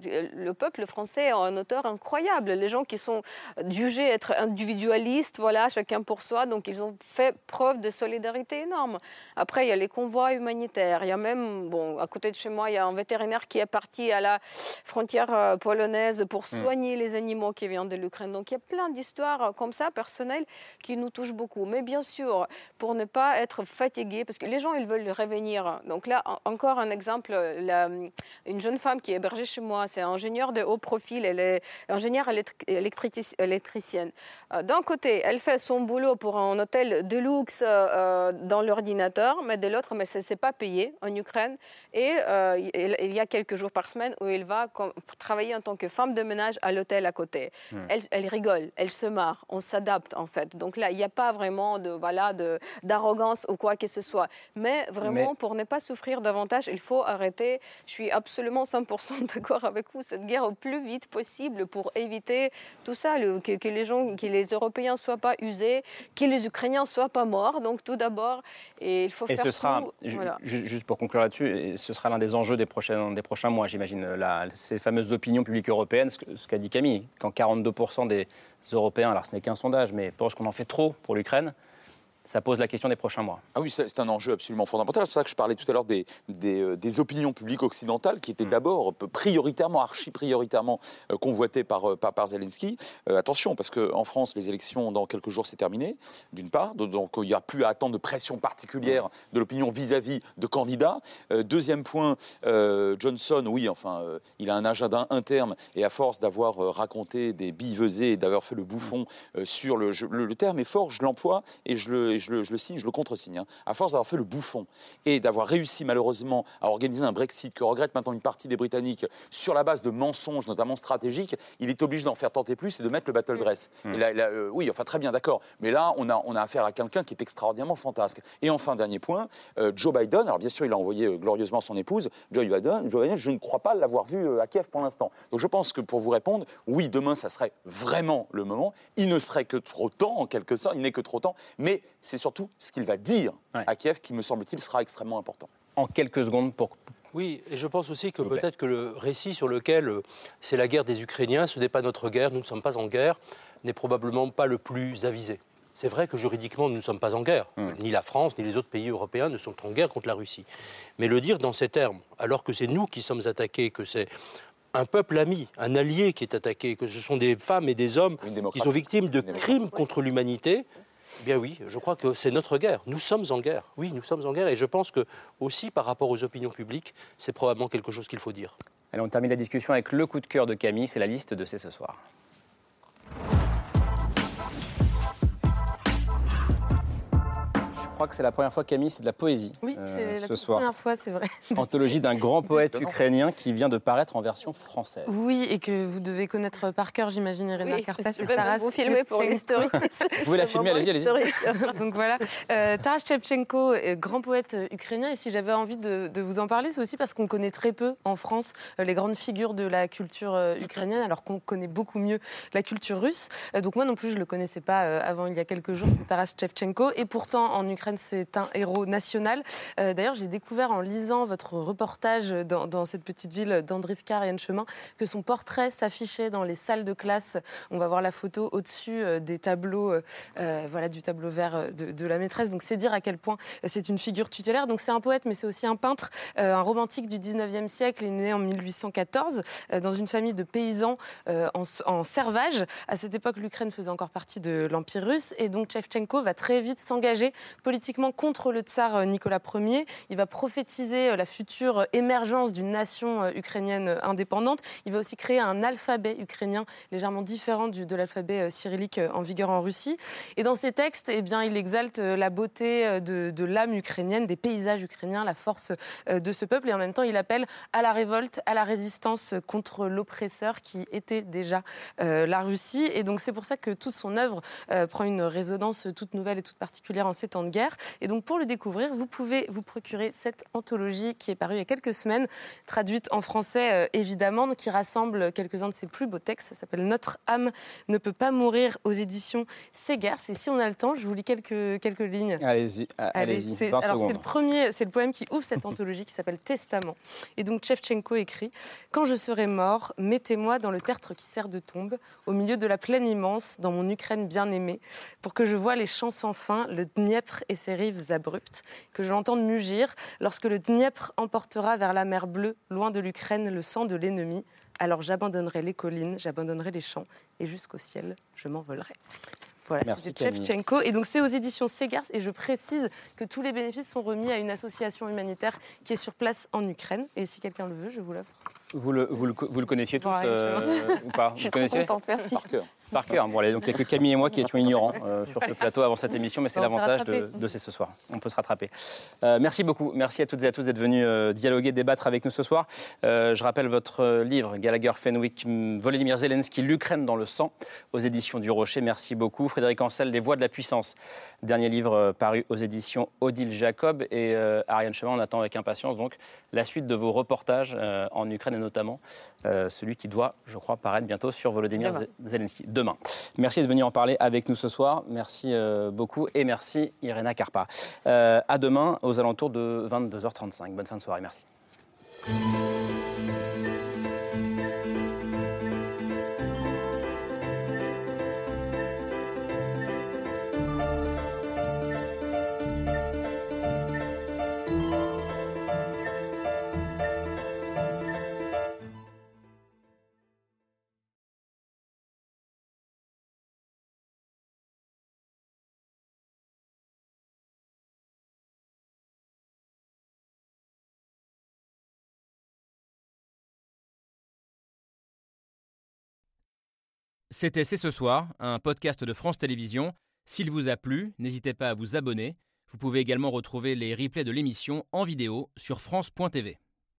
le peuple français est un auteur incroyable. Les gens qui sont jugés être individualistes, voilà, chacun pour soi, donc ils ont fait preuve de solidarité énorme. Après, il y a les convois humanitaires. Il y a même, bon, à côté de chez moi, il y a un vétérinaire qui est parti à la frontière polonaise pour soigner les animaux qui viennent de l'Ukraine. Donc il y a plein d'histoires comme ça, personnelles, qui nous touchent beaucoup. Mais bien sûr, pour ne pas être fatigué, parce que les gens, ils veulent revenir. Donc là, encore un exemple, une jeune femme qui est hébergée chez moi, c'est ingénieure de haut profil, elle est ingénieure électricienne. D'un côté, elle fait son boulot pour un hôtel de luxe dans l'ordinateur, mais de l'autre, mais c'est pas payé en Ukraine. Et il y a quelques jours par semaine où elle va travailler en tant que femme de ménage à l'hôtel à côté. Elle rigole, elle se marre, on s'adapte en fait. Donc là, il n'y a pas vraiment d'arrogance ou quoi que ce soit. Mais vraiment, pour ne pas souffrir davantage, il faut arrêter. Je suis absolument 100% d'accord avec vous, cette guerre au plus vite possible pour éviter tout ça, que les Européens ne soient pas usés, que les Ukrainiens ne soient pas morts. Donc tout d'abord, et il faut faire ce sera, tout. Voilà. Juste pour conclure là-dessus, ce sera l'un des enjeux des prochains mois, j'imagine, ces fameuses opinions publiques européennes, ce qu'a dit Camille, quand 42% des Européens, alors ce n'est qu'un sondage, mais pensent qu'on en fait trop pour l'Ukraine, ça pose la question des prochains mois. Ah oui, c'est un enjeu absolument fondamental. C'est pour ça que je parlais tout à l'heure des opinions publiques occidentales qui étaient d'abord archi-prioritairement convoitées par Zelensky. Attention, parce qu'en France, les élections dans quelques jours, c'est terminé, d'une part. Donc il n'y a plus à attendre de pression particulière de l'opinion vis-à-vis de candidats. Deuxième point, Johnson, oui, il a un agenda interne et à force d'avoir raconté des billevesées et d'avoir fait le bouffon sur le terme est fort, je l'emploie et je le signe, je le contresigne. À force d'avoir fait le bouffon et d'avoir réussi malheureusement à organiser un Brexit que regrette maintenant une partie des Britanniques sur la base de mensonges, notamment stratégiques, il est obligé d'en faire tenter plus et de mettre le battle dress. Et là, oui, très bien, d'accord. Mais là, on a affaire à quelqu'un qui est extraordinairement fantasque. Et enfin, dernier point, Joe Biden, alors bien sûr, il a envoyé glorieusement son épouse, Joe Biden, je ne crois pas l'avoir vu à Kiev pour l'instant. Donc je pense que pour vous répondre, oui, demain, ça serait vraiment le moment. Il ne serait que trop temps, en quelque sorte, il n'est que trop temps, mais c'est surtout ce qu'il va dire à Kiev qui, me semble-t-il, sera extrêmement important. En quelques secondes pour... Oui, et je pense aussi que peut-être que le récit sur lequel c'est la guerre des Ukrainiens, ce n'est pas notre guerre, nous ne sommes pas en guerre, n'est probablement pas le plus avisé. C'est vrai que juridiquement, nous ne sommes pas en guerre. Ni la France, ni les autres pays européens ne sont en guerre contre la Russie. Mais le dire dans ces termes, alors que c'est nous qui sommes attaqués, que c'est un peuple ami, un allié qui est attaqué, que ce sont des femmes et des hommes qui sont victimes de crimes contre l'humanité, eh bien oui, je crois que c'est notre guerre. Nous sommes en guerre. Oui, nous sommes en guerre. Et je pense que aussi par rapport aux opinions publiques, c'est probablement quelque chose qu'il faut dire. Allez, on termine la discussion avec le coup de cœur de Camille. C'est la liste de C'est ce soir. Je crois que c'est la première fois, Camille, c'est de la poésie. Oui, c'est la soir. Première fois, c'est vrai. Anthologie d'un grand poète ukrainien qui vient de paraître en version française. Oui, et que vous devez connaître par cœur, j'imagine, Irina Karpas et Taras. Vous filmez pour l'historique. Vous pouvez la filmer, allez-y. Donc voilà, Taras Shevchenko, grand poète ukrainien. Et si j'avais envie de vous en parler, c'est aussi parce qu'on connaît très peu en France les grandes figures de la culture ukrainienne, alors qu'on connaît beaucoup mieux la culture russe. Donc moi non plus, je ne le connaissais pas avant il y a quelques jours, c'est Taras Shevchenko. Et pourtant, en Ukraine, c'est un héros national. D'ailleurs, j'ai découvert en lisant votre reportage dans cette petite ville d'Andrivka, Ariane Chemin, que son portrait s'affichait dans les salles de classe. On va voir la photo au-dessus des tableaux, du tableau vert de la maîtresse. Donc c'est dire à quel point c'est une figure tutélaire. Donc c'est un poète, mais c'est aussi un peintre, un romantique du 19e siècle. Il est né en 1814 dans une famille de paysans en servage. À cette époque, l'Ukraine faisait encore partie de l'Empire russe. Et donc Shevchenko va très vite s'engager politiquement contre le tsar Nicolas Ier. Il va prophétiser la future émergence d'une nation ukrainienne indépendante. Il va aussi créer un alphabet ukrainien légèrement différent de l'alphabet cyrillique en vigueur en Russie. Et dans ses textes, il exalte la beauté de l'âme ukrainienne, des paysages ukrainiens, la force de ce peuple. Et en même temps, il appelle à la révolte, à la résistance contre l'oppresseur qui était déjà la Russie. Et donc c'est pour ça que toute son œuvre prend une résonance toute nouvelle et toute particulière en ces temps de guerre. première. Et donc pour le découvrir, vous pouvez vous procurer cette anthologie qui est parue il y a quelques semaines, traduite en français évidemment, qui rassemble quelques-uns de ses plus beaux textes. Ça s'appelle « Notre âme ne peut pas mourir » aux éditions Segers. Et si on a le temps, je vous lis quelques lignes. Allez-y, 20 secondes. C'est le poème qui ouvre cette anthologie qui s'appelle « Testament ». Et donc Shevchenko écrit « Quand je serai mort, mettez-moi dans le tertre qui sert de tombe, au milieu de la plaine immense, dans mon Ukraine bien-aimée, pour que je voie les champs sans fin, le Dniepr et ses rives abruptes, que je l'entende mugir, lorsque le Dniepr emportera vers la mer bleue, loin de l'Ukraine, le sang de l'ennemi. Alors j'abandonnerai les collines, j'abandonnerai les champs, et jusqu'au ciel, je m'envolerai. » Voilà, c'est Shevchenko. Et donc c'est aux éditions Segers. Et je précise que tous les bénéfices sont remis à une association humanitaire qui est sur place en Ukraine. Et si quelqu'un le veut, je vous l'offre. Vous le connaissiez tous ou pas? Je suis trop contente, merci. Par cœur. Bon, allez, donc il n'y a que Camille et moi qui étions ignorants sur ce plateau avant cette émission, mais c'est l'avantage de C'est ce soir. On peut se rattraper. Merci beaucoup. Merci à toutes et à tous d'être venus dialoguer, débattre avec nous ce soir. Je rappelle votre livre, Gallagher Fenwick, Volodymyr Zelensky, l'Ukraine dans le sang, aux éditions du Rocher. Merci beaucoup. Frédéric Ancel, Les Voix de la puissance, dernier livre paru aux éditions Odile Jacob. Et Ariane Chemin, on attend avec impatience donc la suite de vos reportages en Ukraine et notamment celui qui doit, je crois, paraître bientôt sur Volodymyr Zelensky. Demain. Merci de venir en parler avec nous ce soir. Merci beaucoup et merci Irena Karpa. À demain aux alentours de 22h35. Bonne fin de soirée. Merci. C'était C'est ce soir, un podcast de France Télévisions. S'il vous a plu, n'hésitez pas à vous abonner. Vous pouvez également retrouver les replays de l'émission en vidéo sur France.tv.